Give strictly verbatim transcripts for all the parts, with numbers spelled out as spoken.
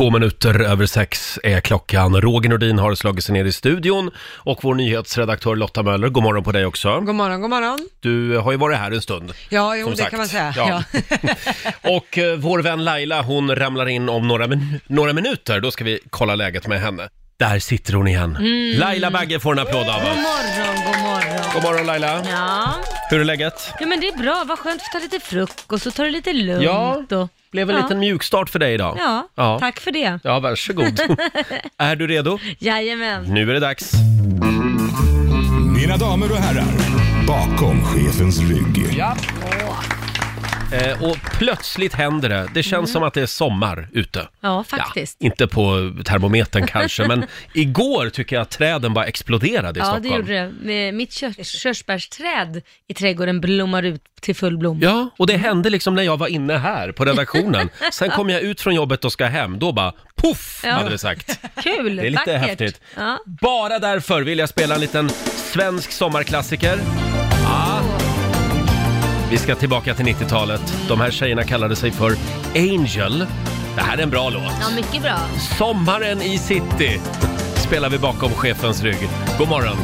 Två minuter över sex är klockan. Roger Nordin har slagit sig ner i studion och vår nyhetsredaktör Lotta Möller. God morgon på dig också. God morgon, god morgon. Du har ju varit här en stund. Ja, jo, som det sagt. kan man säga. Ja. Ja. Och eh, vår vän Laila, hon ramlar in om några, min- några minuter. Då ska vi kolla läget med henne. Där sitter hon igen. Mm. Laila Bagge får en applåd av God oss. morgon, god morgon. God morgon Laila. Ja. Hur är läget? ja, men det är bra. Vad skönt att ta lite frukost och ta det lite lugnt. Ja, och... blev en ja. liten mjukstart för dig idag. Ja, Ja. tack för det. Ja, varsågod. Är du redo? Jajamän. Nu är det dags. Mina damer och herrar, bakom chefens rygg. Ja. Eh, och plötsligt händer det. Det känns Mm. som att det är sommar ute. Ja, faktiskt. Ja, inte på termometern kanske, men igår tycker jag att träden bara exploderade i Ja, Stockholm. det gjorde det. Med mitt kör- körsbärsträd i trädgården blommar ut till full blom. Ja, och det hände liksom när jag var inne här på redaktionen. Sen kom jag ut från jobbet och ska hem. Då bara, puff, Ja. hade det sagt. Kul, Det är lite vackert. häftigt. Ja. Bara därför vill jag spela en liten svensk sommarklassiker. Ja. Vi ska tillbaka till nittiotalet. De här tjejerna kallade sig för Angel. Det här är en bra låt. ja, mycket bra. Sommaren i city spelar vi bakom chefens rygg. God morgon.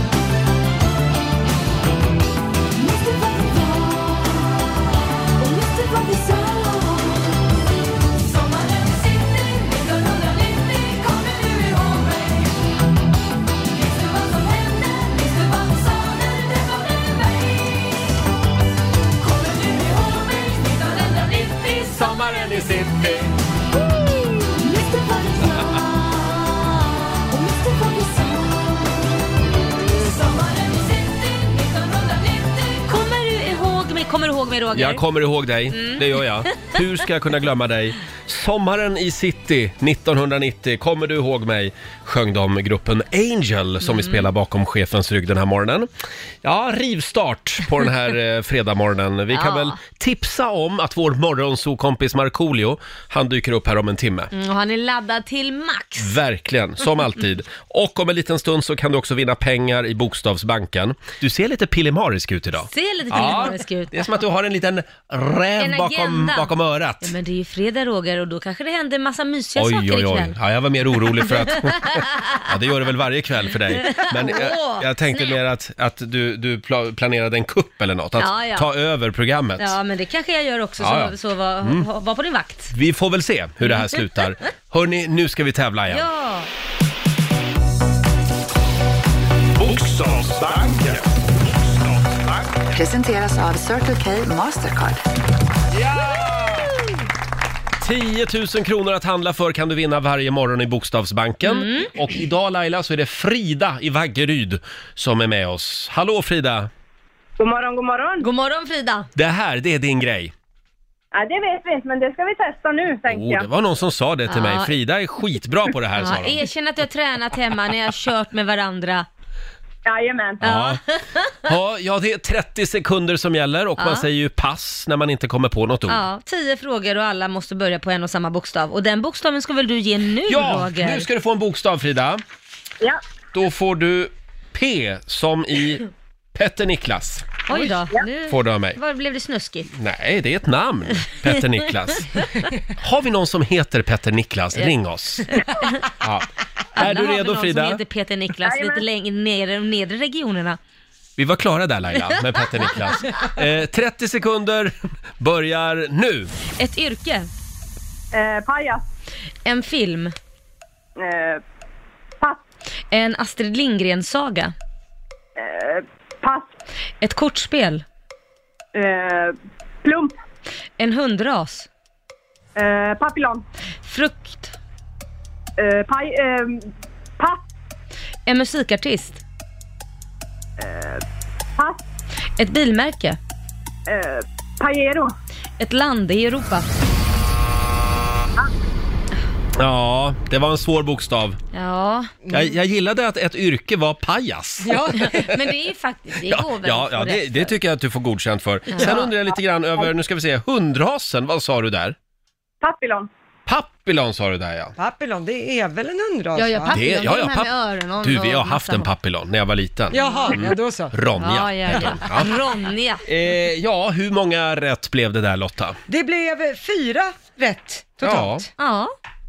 Sommaren i city. Kommer du ihåg mig? Kommer du ihåg mig, Roger? Jag kommer ihåg dig, Mm. det gör jag. Hur ska jag kunna glömma dig? Sommaren i city nittonhundranittio, kommer du ihåg mig? Sjöng de gruppen Angel som vi Mm. spelar bakom chefens rygg den här morgonen. Ja, rivstart på den här eh, fredagmorgonen. Vi kan Ja. väl tipsa om att vår morgonsokompis Markoolio, han dyker upp här om en timme. Mm, och han är laddad till max. Verkligen, som alltid. Och om en liten stund så kan du också vinna pengar i Bokstavsbanken. Du ser lite pillemarisk ut idag. Ser lite Ja, pillemarisk ut. det är som att du har en liten räv En bakom, agenda. bakom örat. Ja, men det är ju fredag, Roger, och då kanske det händer en massa mysiga Oj, saker oj, oj. ikväll. Ja, jag var mer orolig för att... Ja, det gör det väl varje kväll för dig. Men jag, jag tänkte mer att, att du, du pla- planerade en kupp eller något. Att Ja, ja. ta över programmet. Ja, men det kanske jag gör också, Ja, så, ja. Mm. så var, var på din vakt. Vi får väl se hur det här slutar. Hörrni, nu ska vi tävla igen. Ja, Bokstavsbanken. Presenteras av Circle K Mastercard. tio tusen kronor att handla för kan du vinna varje morgon i Bokstavsbanken. Mm. Och idag, Laila, så är det Frida i Vaggeryd som är med oss. Hallå Frida! God morgon, god morgon. god morgon Frida. Det här, det är din grej. Ja, det vet vi inte, men det ska vi testa nu, tänkte Oh, det jag. var någon som sa det till Ja. mig. Frida är skitbra på det här, sa Ja, de. erkänn att du har tränat hemma när jag har kört med varandra. Jajamän. Ja. Ja, ja, det är trettio sekunder som gäller och Ja. man säger ju pass när man inte kommer på något ord. Ja, tio frågor och alla måste börja på en och samma bokstav. Och den bokstaven ska väl du ge nu, Ja, Roger? nu ska du få en bokstav, Frida. Ja. Då får du P som i Petter Niklas. Oj då, nu Får du av mig. vad blev det snuskigt. Nej, det är ett namn, Petter Niklas. Har vi någon som heter Petter Niklas? Ring oss. Ja. Är Alla du har vi redo, någon Frida? som heter Peter Niklas Jajamän. lite längre ner i de nedre regionerna. Vi var klara där, Laila, med Petter Niklas. Eh, trettio sekunder börjar nu. Ett yrke, Eh, pajas. en film, Eh, pass. en Astrid Lindgren-saga, Eh, pass. ett kortspel, Eh, plump. en hundras, Eh, papillon. frukt, Eh, paj. Eh, pass. en musikartist, Pass. ett bilmärke, Eh, pajero. ett land i Europa. Ja, det var en svår bokstav. Ja, Jag, jag gillade att ett yrke var pajas. ja. men det är ju faktiskt, det Ja, går väl ja, att ja få det, rätt det för. tycker jag att du får godkänt för. Sen undrar jag lite grann över, nu ska vi se, hundrasen, vad sa du där? Papillon. Papillon sa du där, ja. Papillon, det är väl en hundras, Ja, ja, va? papillon, Det- ja, det är ja, de här papp- med öronen Du, vi har och haft massa- en papillon när jag var liten. Jaha, ja då så. Ronja. Ja, ja, heter ja. hon. Ja. Ronja. Eh, ja, hur många rätt blev det där, Lotta? Det blev fyra rätt totalt. Ja,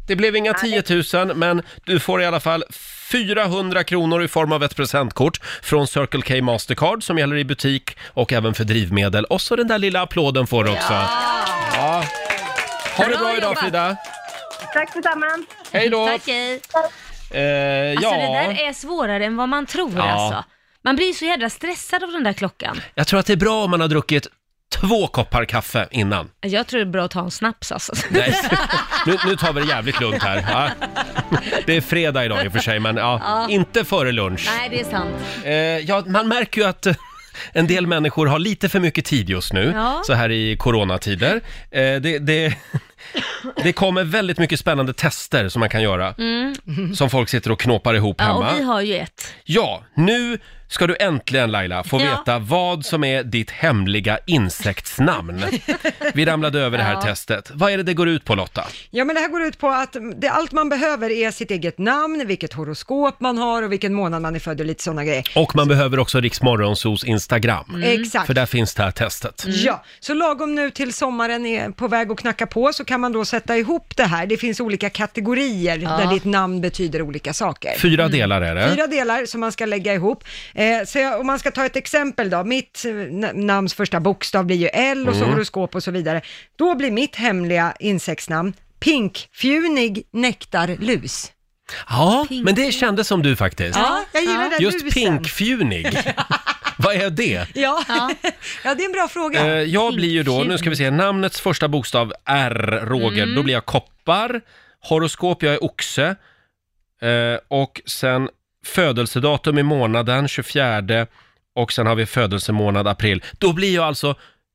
det blev inga tio tusen, men du får i alla fall fyrahundra kronor i form av ett presentkort från Circle K Mastercard som gäller i butik och även för drivmedel. Och så den där lilla applåden får du också. Ja. Ja. Ha det bra idag, Frida. Tack detsamma. Hej då. Tack, hej. Eh, ja. Alltså det där är svårare än vad man tror Ja. alltså. Man blir så jädra stressad av den där klockan. Jag tror att det är bra om man har druckit två koppar kaffe innan. Jag tror det är bra att ta en snaps alltså. Nej, nu, nu tar vi det jävligt lugnt här. Ja. Det är fredag idag i och för sig, men ja, Ja. inte före lunch. Nej, det är sant. Eh, ja, man märker ju att eh, en del människor har lite för mycket tid just nu, Ja. så här i coronatider. Eh, det, det, det kommer väldigt mycket spännande tester som man kan göra, Mm. som folk sitter och knåpar ihop Ja, hemma. och vi har ju ett. Ja, nu ska du äntligen, Laila, få Ja. veta vad som är ditt hemliga insektsnamn. Vi ramlade över det här Ja. testet. Vad är det det går ut på, Lotta? Ja, men det här går ut på att det, allt man behöver är sitt eget namn, vilket horoskop man har och vilken månad man är född och lite sådana grejer. Och man behöver också Rix Morgonzos Instagram. Exakt. För där finns det här testet. Ja, så lagom nu till sommaren är på väg att knacka på så kan man då sätta ihop det här. Det finns olika kategorier Ja. där ditt namn betyder olika saker. Fyra delar är det. Fyra delar som man ska lägga ihop. Eh, så jag, om man ska ta ett exempel då, mitt eh, n- namns första bokstav blir ju L och så horoskop och så vidare. Då blir mitt hemliga insektsnamn pinkfjunig nektarlus. Ja, Pink. men det kändes som du faktiskt. Ja, jag gillar Ja. den Just lusen. pinkfjunig. Vad är det? Ja. Ja. ja, det är en bra fråga. Eh, jag blir ju då, nu ska vi se, namnets första bokstav R, Roger, Mm. då blir jag koppar. Horoskop, jag är oxe. Eh, och sen födelsedatum i månaden, tjugofjärde. Och sen har vi födelsemånad, april. Då blir jag alltså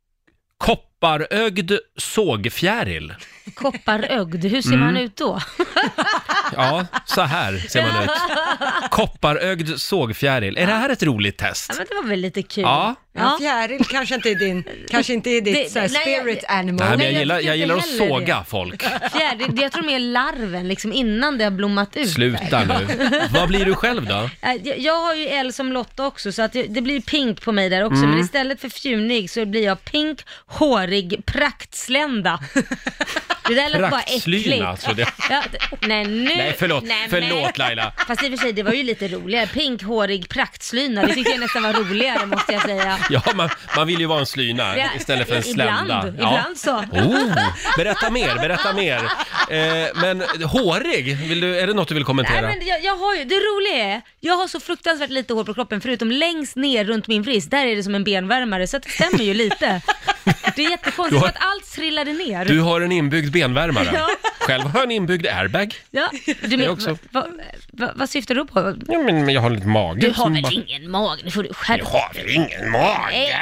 kopparögd sågfjäril. Kopparögd, hur ser Mm. man ut då? Ja, så här ser man ut. Kopparögd sågfjäril. Är det här ett roligt test? Ja, men det var väl lite kul. Ja. Ja, fjäril kanske inte är din, kanske inte är ditt Det- så här, nej, spirit jag- animal. Nej, men jag jag gillar, tycker jag inte gillar att heller såga folk. Fjärde, det- jag tror mer larven, liksom innan det har blommat ut. Sluta nu. Vad blir du själv då? Äh, Jag, jag har ju L som Lotta också, så att det, det blir pink på mig där också. Mm. Men istället för fjunig så blir jag pink, hårig, praktslända. Det där lät bara Praktslyna, äckligt. trodde jag. Ja, d- nej, nu... Nej, förlåt. nej, Förlåt, Laila. Fast i och för sig, det var ju lite roligare. Pink, hårig, praktslyna. Det tyckte jag nästan var roligare, måste jag säga. Ja, man, man vill ju vara en slyna Ja, istället för en ibland, slända. Ibland så. Oh, berätta mer, berätta mer. Eh, men hårig, vill du, är det något du vill kommentera? Nej, men jag, jag har ju, det roliga är, jag har så fruktansvärt lite hår på kroppen, förutom längst ner runt min vrist, där är det som en benvärmare, så att det stämmer ju lite. Det är jättekonstigt, Du har- för att allt trillade ner. Du har en inbyggd benvärmare. Ja. Själv har jag en inbyggd airbag. Ja, du men, också. va, va, va, vad syftar du på? Ja, men, men jag har lite mage. Du har som väl bara- ingen mag, nu får du Jag skärpa har väl ingen mage?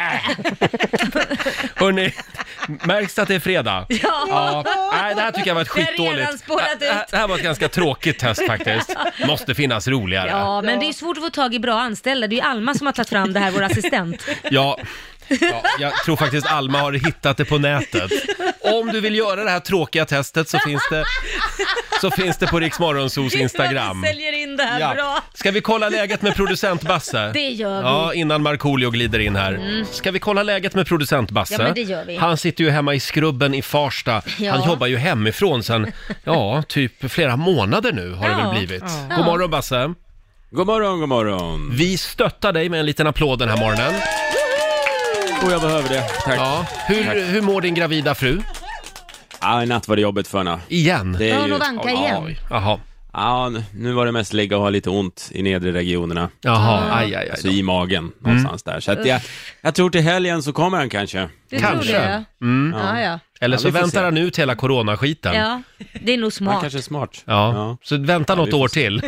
Hörrni, märks det att det är fredag? Ja. Nej, det här tycker jag var ett Det har redan skitdåligt. spårat Det här- ut. Det här var ett ganska tråkigt test faktiskt. Måste finnas roligare. Ja, men det är svårt att få tag i bra anställda. Det är ju Alma som har tagit fram det här, vår assistent. Ja, ja, jag tror faktiskt Alma har hittat det på nätet. Om du vill göra det här tråkiga testet så finns det, så finns det på Rix Morgonzos Instagram. Vi säljer in det här Ja. bra. Ska vi kolla läget med producent Basse? Det gör vi. Ja, innan Markoolio glider in här. Ska vi kolla läget med producent Basse? Ja, men det gör vi. Han sitter ju hemma i Skrubben i Farsta. Ja. Han jobbar ju hemifrån sen, ja, typ flera månader nu har det Ja. väl blivit. Ja. God morgon Basse. God morgon, god morgon. Vi stöttar dig med en liten applåd den här morgonen. Och jag behöver det. Tack. Ja. Hur, hur mår din gravida fru? Ja, i natt var det jobbigt för henne. Igen? Det är Ja, ju... hon vanka igen. Oj, jaha. Ja, nu var det mest ligga och ha lite ont i nedre regionerna. Jaha, aj, aj, aj. Alltså i magen, någonstans där. Så att jag, jag tror till helgen så kommer han kanske. Du Kanske. tror det? Mm. Ja, ja. Eller Ja, så vi får väntar se. han ut hela coronaskiten. Ja. Ja, det är nog Han smart. kanske är smart. Ja. Så vänta något vi får år se. till.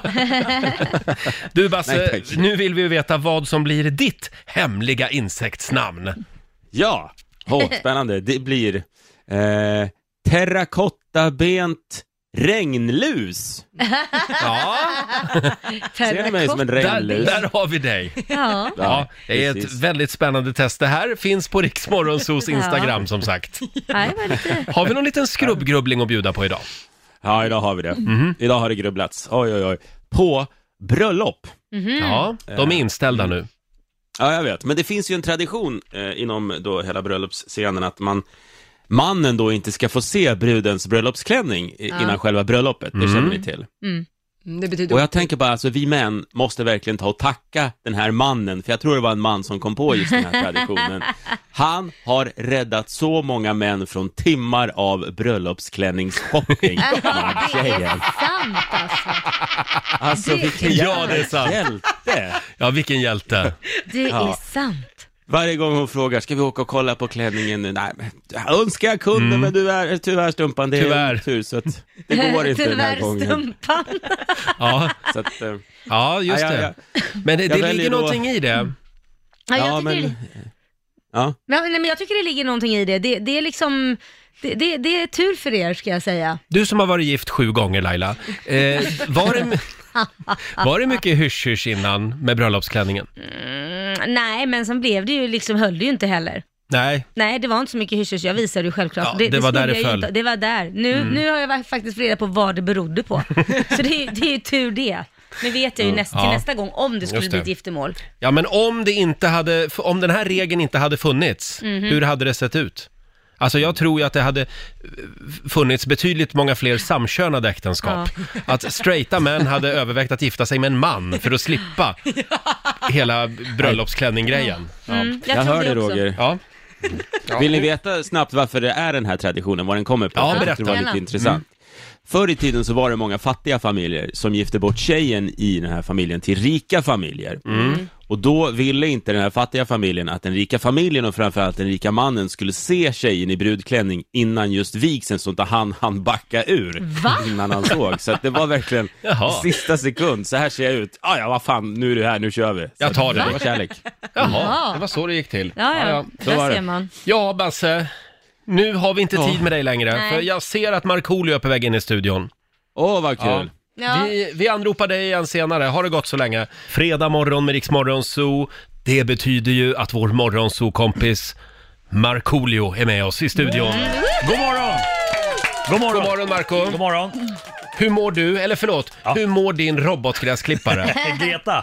Du Basse, Nej, tack. nu vill vi ju veta vad som blir ditt hemliga insektsnamn. Ja, oh, spännande. Det blir eh, terrakottabent regnlus. Ja, Ser ni mig som en där, regnlus? där har vi dig. Ja. Ja, det är precis. ett väldigt spännande test. Det här finns på Rix Morgonzos Instagram som sagt. Nej, men lite. Har vi någon liten skrubbgrubbling att bjuda på idag? Ja, idag har vi det. Mhm. Idag har det grubblats. Oj, oj, oj. På bröllop. Ja, de är inställda nu. Ja, jag vet. Men det finns ju en tradition eh, inom då hela bröllopsscenen att man mannen då inte ska få se brudens bröllopsklänning i- Ja. innan själva bröllopet. Det känner ni till. Mm. Det betyder Och jag tänker bara, alltså vi män måste verkligen ta och tacka den här mannen, för jag tror det var en man som kom på just den här traditionen. Han har räddat så många män från timmar av bröllopsklänningsshopping. Det är sant alltså. Alltså Det- vilken Ja, det är sant. hjälte. Ja, vilken hjälte. Det Ja. är sant. Varje gång hon frågar, ska vi åka och kolla på klänningen nu? Nej, men jag önskar jag kunde, men du är tyvärr Stumpan, det är Tyvärr. tur, så att det går inte den här Tyvärr gången. Stumpan. Ja, Så att, eh, ja just Ja, ja, det. Men det, Jag det väljer ligger då- någonting i det. Ja, jag, ja, tycker men... det, Ja. ja, nej, men jag tycker det ligger någonting i det. Det, det är liksom, det, det, det är tur för er ska jag säga. Du som har varit gift sju gånger, Laila. Eh, var, det, var det mycket hysch-hysch innan med bröllopsklänningen? Mm, nej, men sen blev det ju liksom, höll det ju inte heller. Nej. Nej, det var inte så mycket hysch, jag visade ju självklart. Ja, det var där skulle det jag ju föll. inte- Det var där. Nu, Mm. nu har jag faktiskt reda på vad det berodde på. Så det är, det är ju tur det. Nu vet jag ju näst, till Ja. nästa gång om det skulle Just bli det. ett giftermål. Ja, men om det inte hade, om den här regeln inte hade funnits, Mhm. hur hade det sett ut? Alltså jag tror ju att det hade funnits betydligt många fler samkönade äktenskap. Att straighta män hade övervägt att gifta sig med en man för att slippa hela bröllopsklänning-grejen. Ja. Mm, jag Jag tror hör det det, också. Roger. Ja. Vill ni veta snabbt varför det är den här traditionen, var den kommer på? Ja, Jag tyckte berätta. Det var lite Gärna. intressant. Förr i tiden så var det många fattiga familjer som gifte bort tjejen i den här familjen till rika familjer. Mm. Och då ville inte den här fattiga familjen att den rika familjen och framförallt den rika mannen skulle se tjejen i brudklänning innan just vigseln, så inte han han backa ur Va? innan han såg. Så att det var verkligen Jaha. sista sekund, så här ser jag ut. Ah, ja, vad fan, nu är du här, nu kör vi. Så Jag tar att det. Det var kärlek. Jaha, Ja. det var så det gick till. Ja, ja, så där var det. ser man. Ja, Basse. Nu har vi inte Ja. tid med dig längre, Nej. för jag ser att Markoolio är på väg in i studion. Åh, vad kul. Ja. Vi, vi anropar dig igen senare. Har det gått så länge? Fredag morgon med Rix Morgon Zoo. Det betyder ju att vår morgonzoo-kompis Markoolio är med oss i studion. God morgon! God morgon! God morgon, Marco. God morgon! Hur mår du? Eller förlåt, Ja. hur mår din robotgräsklippare? Greta.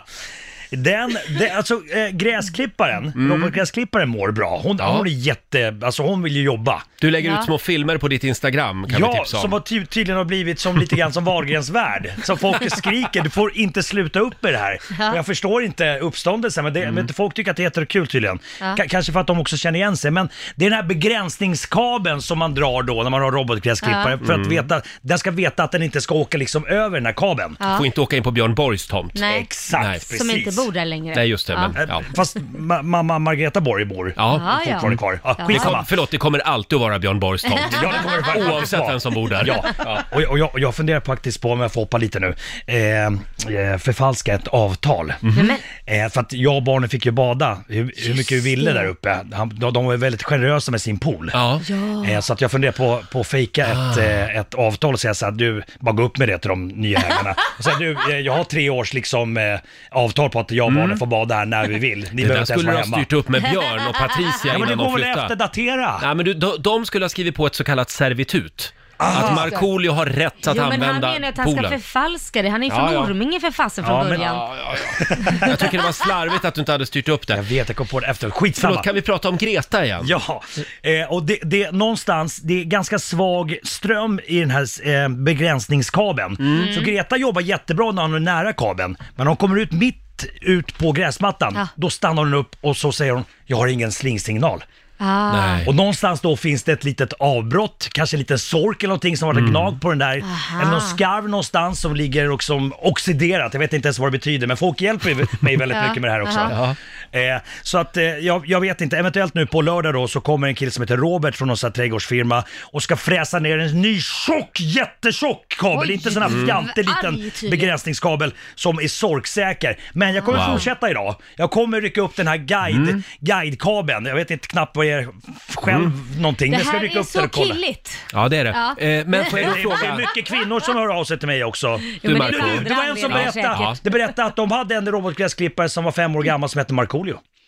Den, det, alltså äh, gräsklipparen, Mm. robotgräsklipparen mår bra. Hon, Ja. hon är jätte, alltså hon vill ju jobba. Du lägger Ja. ut små filmer på ditt Instagram, kan vi Ja, tipsa om. som har ty- tydligen har blivit som lite grann som Wahlgrens värld. Så folk skriker, du får inte sluta upp med det här. Ja. Och jag förstår inte uppståndelsen, men, det, Mm. men folk tycker att det är jättekul tydligen. Ja. K- kanske för att de också känner igen sig, men det är den här begränsningskabeln som man drar då när man har robotgräsklippare, för Mm. att veta, den ska veta att den inte ska åka liksom över den här kabeln. Ja. Får inte åka in på Björn Borgs tomt. Nej, Exakt, Nej. precis. som inte bor där längre. Nej, just det. Ja. Men, ja. Eh, Fast ma- mamma Margareta Borg bor Ja. Ja, ja. fortfarande kvar. Ja, Ja. Det skitsamma. kom, förlåt, det kommer alltid att vara Björn Borgs tomt. Ja, det kommer det faktiskt Oavsett vara. vem som bor där. Ja, och, jag- och jag, och jag funderar faktiskt på, om jag får hoppa lite nu, eh, eh, förfalska ett avtal. Nej, men, Eh, för att jag och barnen fick ju bada hur, hur mycket vi ville det. där uppe. Han, de, de var väldigt generösa med sin pool. Ja. Eh, så att jag funderar på, på att fejka ett, eh, ett avtal och säga så här, du, bara gå upp med det till de nya ägarna. Och säga, du, eh, jag har tre års liksom, eh, avtal på att jag och barnen får bada här när vi vill. Ni Det behöver där inte ens skulle du vara ha hemma. styrt upp med Björn och Patricia Ja, men det innan går de väl flyttade. efter datera? Nej, men du, de, de skulle ha skrivit på ett så kallat servitut. Att Markoolio har rätt att jo, men han använda menar att han ska poolen. förfalska det. Han är ju Ja, från ja. Orminge för fasen från Ja, men- början. Ja, ja, ja. Jag tycker det var slarvigt att du inte hade styrt upp Jag det. vet, jag kom på det efter. Skitsamma. Förlåt, kan vi prata om Greta igen? Ja, eh, och det, det någonstans, det är ganska svag ström i den här eh, begränsningskabeln. Mm. Så Greta jobbar jättebra när hon är nära kabeln, men hon kommer ut mitt ut på gräsmattan, Ja. då stannar hon upp och så säger hon, jag har ingen slingsignal. Ah. Nej. Och någonstans då finns det ett litet avbrott, kanske en liten sork eller någonting som har varit gnag på den där, Aha. eller någon skarv någonstans som ligger och som oxiderat, jag vet inte ens vad det betyder, men folk hjälper mig väldigt Ja. mycket med det här också. Aha. Eh, så att eh, jag, jag vet inte, eventuellt nu på lördag då så kommer en kille som heter Robert från någon sån här trädgårdsfirma och ska fräsa ner en ny tjock, jättetjock kabel, Oj. inte sån här fjantig Mm. Arg, liten tydligen. begränsningskabel som är sorksäker. Men jag kommer Wow. fortsätta idag. Jag kommer rycka upp den här guide, guidekabeln. Jag vet inte knappt vad jag är själv någonting. Det men jag ska här rycka är upp den så och kolla. killigt. Ja, det är det. Ja. Eh, men får jag då Det är, det är fråga... mycket kvinnor som hör av sig till mig också. Jo, Du, men Marco. det är Det var en som anledningar berättade, säkert. det berättade att de hade en robotgräsklippare som var fem år gammal som hette Markoolio.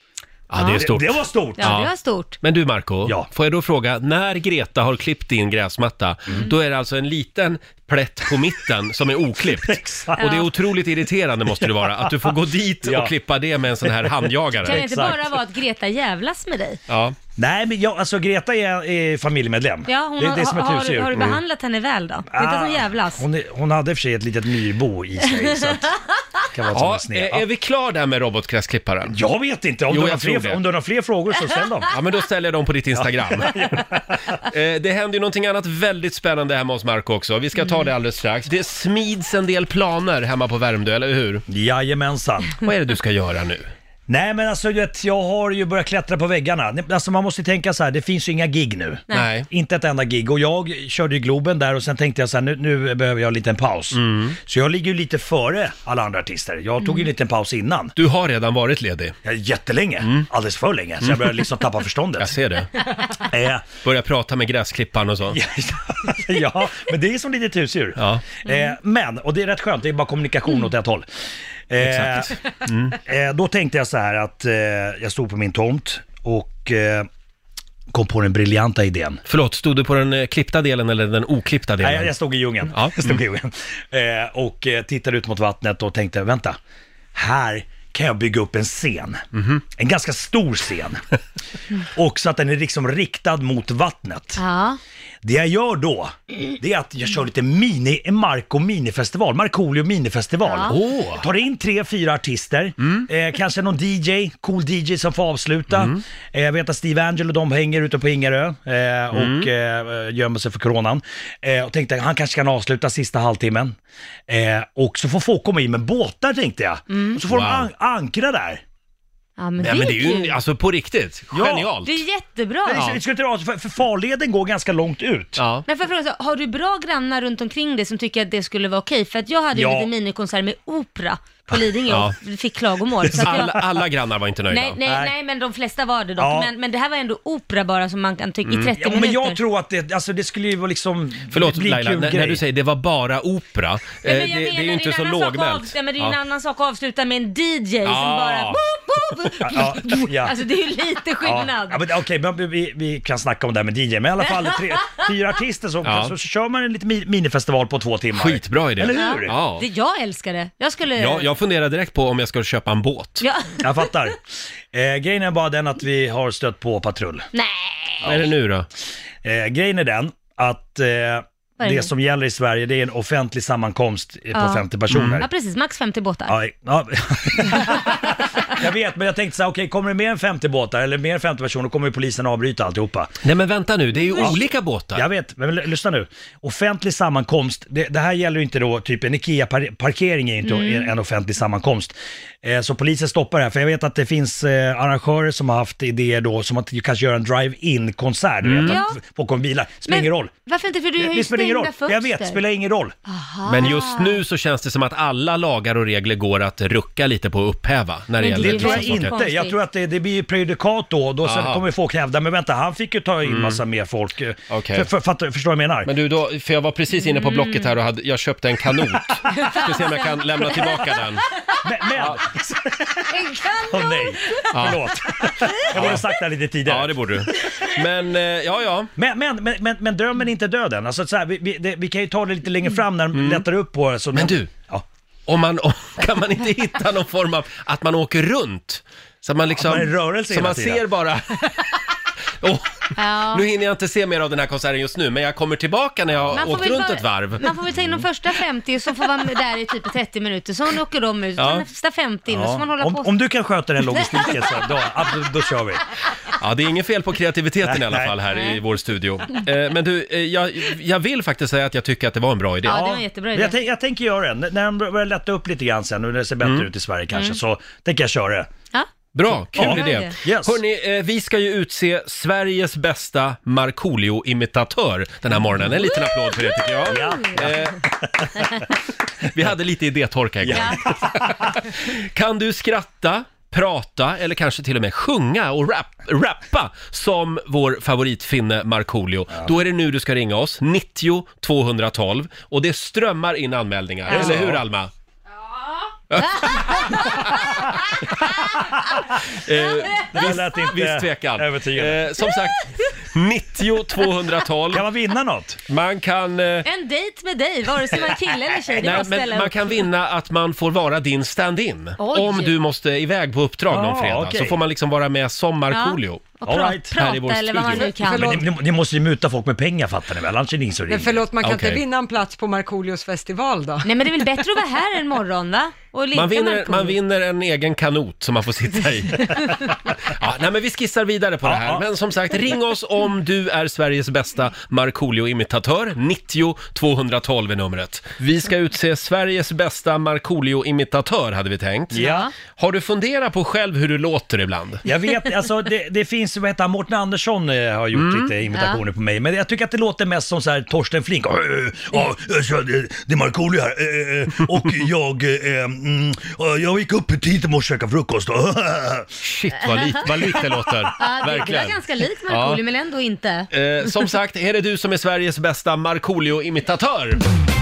Ja, det är stort. Det, det var stort. Ja, det var stort. Men du Marco, Ja. får jag då fråga, när Greta har klippt din gräsmatta, Mm. då är det alltså en liten plätt på mitten som är oklippt. Exakt. Och det är otroligt irriterande måste det vara, att du får gå dit Ja. och klippa det med en sån här handjagare. Kan det inte Exakt. bara vara att Greta jävlas med dig? Ja. Nej, men jag, alltså Greta är, är familjemedlem. Ja, hon det är har, det som är har, husdjur. har du behandlat henne väl då? Det är inte att hon jävlas. Hon, är, hon hade i och för sig ett litet myrbo i sig, så att det kan vara som Ja, en sned. är, är vi klar där med robotgräsklipparen? Jag vet inte, om, Jo, du har jag tror fler, det. om du har några fler frågor så ställ dem. Ja, men då ställer jag dem på ditt Instagram. eh, det händer ju någonting annat väldigt spännande hemma hos Marco också. Vi ska ta det alldeles strax. Det smids en del planer hemma på Värmdö, eller hur? Jajamensan. Vad är det du ska göra nu? Nej, men alltså du vet, jag har ju börjat klättra på väggarna. Alltså man måste tänka så här, det finns ju inga gig nu. Nej. Inte ett enda gig. Och jag körde ju Globen där och sen tänkte jag så här, nu, nu behöver jag en liten paus. Så jag ligger ju lite före alla andra artister. Jag tog ju en liten paus innan. Du har redan varit ledig. Ja, jättelänge. Alldeles för länge. Så jag började liksom tappa förståndet. Jag ser det. Eh, Börja prata med gräsklipparen och så. ja, men det är som lite husdjur. Ja. Eh, men, och det är rätt skönt, det är bara kommunikation åt ett håll. Eh, Exakt. eh, då tänkte jag så här att eh, jag stod på min tomt och eh, kom på den briljanta idén. Förlåt, stod du på den eh, klippta delen eller den oklippta delen? Nej, jag stod i djungeln. Ja. Jag stod i djungeln. Eh, och eh, tittade ut mot vattnet och tänkte, vänta, här kan jag bygga upp en scen. En ganska stor scen. Och så att den är liksom riktad mot vattnet. Ja. Det jag gör då, det är att jag kör lite mini, en Marco minifestival, Markoolio minifestival. Ja. Åh. Tar in tre, fyra artister, eh, kanske någon D J, cool D J som får avsluta. Eh, jag vet att Steve Angel och de hänger ute på Ingarö eh, och eh, gömmer sig för coronan. Eh, och tänkte han kanske kan avsluta sista halvtimmen. Eh, och så får folk komma in med båtar tänkte jag. Och så får Wow. de an- ankra där. Ja, men, Nej, det, men är det är ju kul. alltså på riktigt. Ja. Genialt. Det är jättebra. Det, det skulle inte vara, för, för farleden går ganska långt ut. Ja. Men för jag fråga, så, har du bra grannar runt omkring dig som tycker att det skulle vara okej? För att jag hade ju Ja. lite minikonsert med opera på Lidingö Ja. och fick klagomål. Så att Alla, jag, alla grannar var inte nöjda. nej, nej, Nej. nej, men de flesta var det dock. Ja. Men, men det här var ändå opera bara som man kan tycka i trettio Ja, men minuter. jag tror att det, alltså det skulle ju vara liksom Förlåt bli Laila, kul när, grej. när du säger det var bara opera, eh, Nej, det, men jag det är menar, ju inte en så annan sak lågmält. Av, ja, men det är ju en Ja. annan sak att avsluta med en D J som Ja. bara... Boop, boop. Ja, ja. Alltså det är ju lite skillnad. Ja, men okej, men vi, vi kan snacka om det här med D J, men i alla fall tre, fyra artister så, Ja. så, så kör man en liten mi- minifestival på två timmar. Skitbra idé. Eller hur? Ja. Det, jag älskar det. Jag skulle... Ja, jag funderar direkt på om jag ska köpa en båt. Ja. Jag fattar. Eh, grejen är bara den att vi har stött på patrull. Nej. Vad är det nu då? Eh, grejen är den att eh, är det det? som gäller i Sverige, det är en offentlig sammankomst eh, på Ja. femtio personer. Ja, precis. Max femtio båtar. Ja, ja. Jag vet, men jag tänkte så här, okej, kommer det mer än femtio båtar eller mer än femtio personer, kommer ju polisen avbryta alltihopa. Nej men vänta nu, det är ju olika båtar. Jag vet, men l- lyssna nu. Offentlig sammankomst, det, det här gäller ju inte då, typ en IKEA-parkering är inte Mm. en offentlig sammankomst. Eh, så polisen stoppar det här, för jag vet att det finns eh, arrangörer som har haft idéer då, som att kanske göra en drive-in-konsert, du vet, Ja. att folk kommer bilar. Spelar ingen roll. Varför inte? För du har ju Det spelar ingen roll. stängda fönster. Jag vet, spelar ingen roll. Men just nu så känns det som att alla lagar och regler går att rucka lite på och upphäva när det Men gäller Det tror jag väldigt inte. konstigt. Jag tror att det, det blir prejudikat då, och då sen Aha. kommer folk hävda, men vänta, han fick ju ta in massa mer folk. eh, Okej. För, för, fattar, förstår du vad jag menar? Men du då, för jag var precis inne på Mm. Blocket här och hade, jag köpte en kanot. Ska se om jag kan lämna tillbaka den. Men, men En åh kanon! nej, förlåt. Jag borde ha sagt det här lite tidigare. Ja, det borde du. Men, eh, ja ja. Men, men, men, men, men drömmen är inte döden. Alltså, så här, vi, vi, det, vi kan ju ta det lite längre fram när de lättar upp på det. Så Men du, Ja. om man, om, kan man inte hitta någon form av, att man åker runt? Så att man liksom, man är i rörelse så hela man tiden. ser bara... Åh, Ja. nu hinner jag inte se mer av den här konserten just nu, men jag kommer tillbaka när jag har Man får åkt väl runt bara- ett varv. Man får väl ta in de första femtio som får vara med där i typ trettio minuter. Så åker de ut. Ja. Ja. Nästa femtio in och så får man hålla Om, på. om du kan sköta den logistiken så då, absolut, då kör vi. Ja, det är inget fel på kreativiteten Nej, i alla nej. fall här i vår studio. Eh, men du, eh, jag, jag vill faktiskt säga att jag tycker att det var en bra idé. Ja, det var en jättebra idé. Jag, tänk, jag tänker göra det. N- När de börjar lätta upp lite grann sen och det ser bättre Mm. ut i Sverige kanske, så tänker jag köra det. Ja. Bra, kul Ja. idé. Yes. Hörrni, eh, vi ska ju utse Sveriges bästa Markoolio-imitatör den här morgonen. En liten applåd för det tycker jag. Ja. Eh, vi hade lite idétorka igår. Kan du skratta, prata eller kanske till och med sjunga och rap, rappa som vår favoritfinne Markoolio? Då är det nu du ska ringa oss, nittio tvåhundratolv, och det strömmar in anmälningar. Ja. Eller hur Alma? eh, visst, visst tvekan. Eh, som sagt, nittio tvåhundratolv. Kan man vinna något? Man kan... Eh, En dejt med dig, vare sig man är kille eller tjej. Det nej, måste men ställa man upp. kan vinna att man får vara din stand-in. Oj. Om du måste iväg på uppdrag någon Ah, fredag. okej. Så får man liksom vara med som Markoolio. Och All pra- right. Här i vår prata eller vad man studio. nu kan. Förlåt. Men ni, ni måste ju muta folk med pengar, fattar ni väl? Annars är det ingen som Men ringer. förlåt, man kan Okej. inte vinna en plats på Markoolios festival då? Nej men det är väl bättre att vara här en morgon va? Och leka Man vinner, Markoolio. man vinner en egen kanot som man får sitta i. Ja, nej, men vi skissar vidare på det här. Ja, ja. Men som sagt, ring oss om du är Sveriges bästa Markoolio-imitatör. nittio tvåhundratolv är numret. Vi ska utse Sveriges bästa Markoolio-imitatör, hade vi tänkt. Ja. Har du funderat på själv hur du låter ibland? Jag vet, alltså det, det finns, vad heter han, Mårten Andersson eh, har gjort Mm. lite imitationer på mig, men jag tycker att det låter mest som så här Torsten Flink. Ja, ja, ja, det, det är Markoolio här, eh, eh, och jag, eh, mm, jag gick upp tidigt i morse och käkade frukost. Shit, vad, li- vad likt det låter. Ja, det, det Verkligen. var ganska likt Markoolio men ändå inte. Eh, som sagt, är det du som är Sveriges bästa Markoolio-imitatör?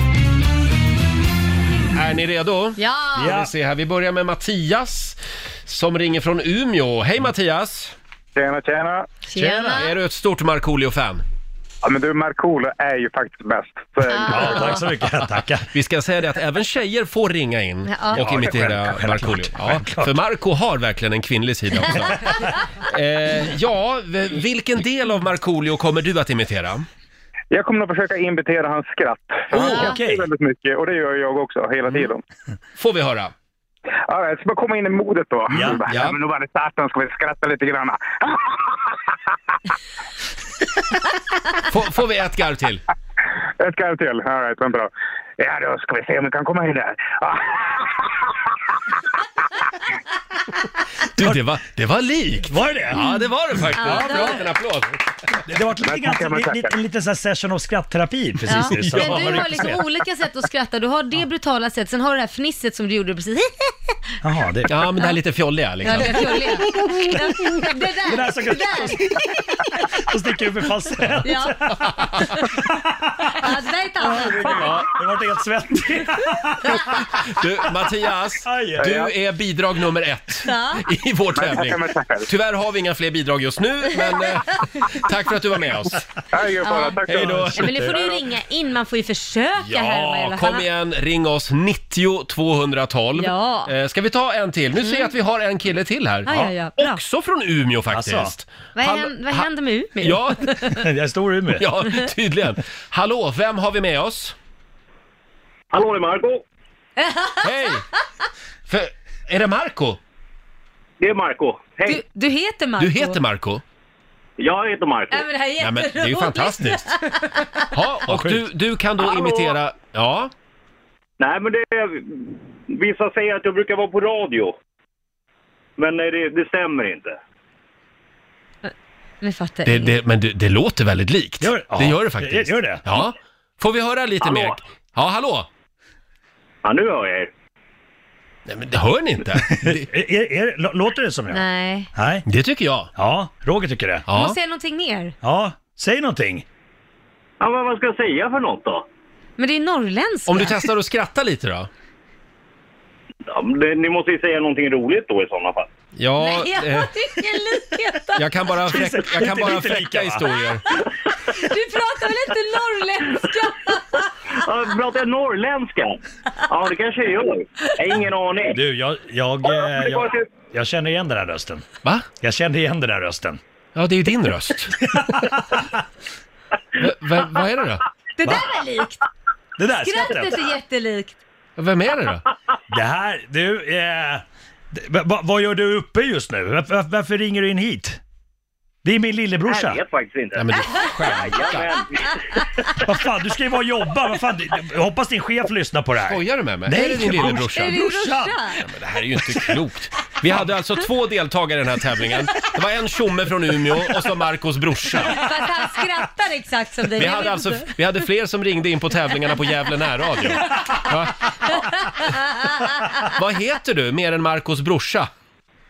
Är ni redo? Ja. Ja. Vi, se här. Vi börjar med Mattias som ringer från Umeå. Hej Mattias! Tjena, tjena. Tjena. Är du ett stort Markoolio-fan? Ja, men du, Markoolio är ju faktiskt bäst. Så, Ja, tack så mycket, tackar. Vi ska säga det att även tjejer får ringa in Ja. och imitera självklart, Markoolio. Ja, självklart. för Marco har verkligen en kvinnlig sida också. eh, ja, v- vilken del av Markoolio kommer du att imitera? jag kommer att försöka imitera hans skratt. Åh, Han skrattar okej. väldigt mycket och det gör jag också hela tiden. Får vi höra? Ja, jag ska bara komma in i modet då. Ja, bara, ja. Men nu var det starten, ska vi skratta lite grann. Får, får vi ett garv till? Ett garv till. All right, men bra. Ja, då ska vi se om vi kan komma in där. Du, det var, det var likt! Var det det? Ja, det var det faktiskt. Ja, Ja, bra. En applåd. Det, det var lite grann, tackar, men li, li, tackar. en liten sån här session av skrattterapi precis Ja. nu. Så Men var du man har riktigt liksom med. olika sätt att skratta. Du har det brutala sätt, sen har du det här fnisset som du gjorde precis. Jaha, det, Ja, men det här lite fjolliga Ja, liksom. det är fjolliga. Det där, det där som det där. och sticker upp i falsett. Ja. Ja, det där är ett annat. Ja, det var helt svettigt. Du, Mattias, Aj, aj, du aj. är bidrag nummer ett Ja. i vår tävling. Tackar, men tackar. Tyvärr har vi inga fler bidrag just nu, men eh, tack för att du var med oss. Ja, jag bara, tack Hej då. Ja, men nu får du ju ringa in, man får ju försöka här i Ja, alla fall. kom igen, ring oss nittio tvåhundratolv. Ja. Eh, ska vi ta en till? Nu ser jag att vi har en kille till här. Ja, ja, ja. Bra. Också från Umeå faktiskt. Alltså. Vad, Hall- händer, vad ha- händer med Umeå? Ja, Jag är stor i Umeå. ja, tydligen. Hallå, vem har vi med oss? Hallå, det är Marco. Hej! För, är det Marco? Det är Marco. Du, du heter Marco? Du heter Marco? Jag heter Marco. Ja, men det här är Ja, men jätteroligt. det är ju fantastiskt. Ja, och sjukt. du, du kan då Hallå? imitera... Ja, Nej, men det är... Vissa säger att jag brukar vara på radio. Men nej, det, det stämmer inte. Vi fattar det, inget. det, men det, det låter väldigt likt. Gör- ja. det gör det faktiskt. Gör det? Ja. Får vi höra lite Hallå? mer? Ja, hallå? Ja, nu hör jag er. Nej, men det hör ni inte. Det, Är, är, är, lå- låter det som det? Nej. Nej. det tycker jag. Ja, Roger tycker det. Du Ja. måste säga någonting mer. Ja, säg någonting. Ja, men vad ska jag säga för något då? Men det är norrländska. Om du testar att skratta lite då? Ja, men det, ni måste ju säga någonting roligt då i sådana fall. Ja, Nej, jag eh, har ingen likhet. jag kan bara, fräck, jag kan bara Lite lika, fräcka va? historier. Du pratar väl inte norrländska? Ja, pratar jag norrländska? Ja, det kanske jag gör. Jag har ingen aning. Du, jag, jag, Ja, eh, men det jag, var ju- jag känner igen den här rösten. Va? Jag kände igen den här rösten. Ja, det är ju din röst. v- v- vad är det då? Det där är likt. Det där Skrattet skrattet. är jättelikt. Vem är det då? Det här, du, eh, det- va, va, vad gör du uppe just nu? Var, var, varför ringer du in hit? Det är min lillebrorsa. Jag vet faktiskt inte. Nej, men du skämtar. Jajamän. Vad fan, du ska ju vara och jobba. Vad fan, jag hoppas din chef lyssnar på det här. Skojar du med mig? Nej, är det din bror- lillebrorsa? Är det din brorsan. brorsa? Ja, men det här är ju inte klokt. Vi hade alltså två deltagare i den här tävlingen. Det var en tjomme från Umeå och så Marcos brorsa. Fast han skrattar exakt som dig. Vi Jag hade, vet alltså, inte. vi hade fler som ringde in på tävlingarna på Gävle närradio. Ja. Vad heter du mer än Marcos brorsa?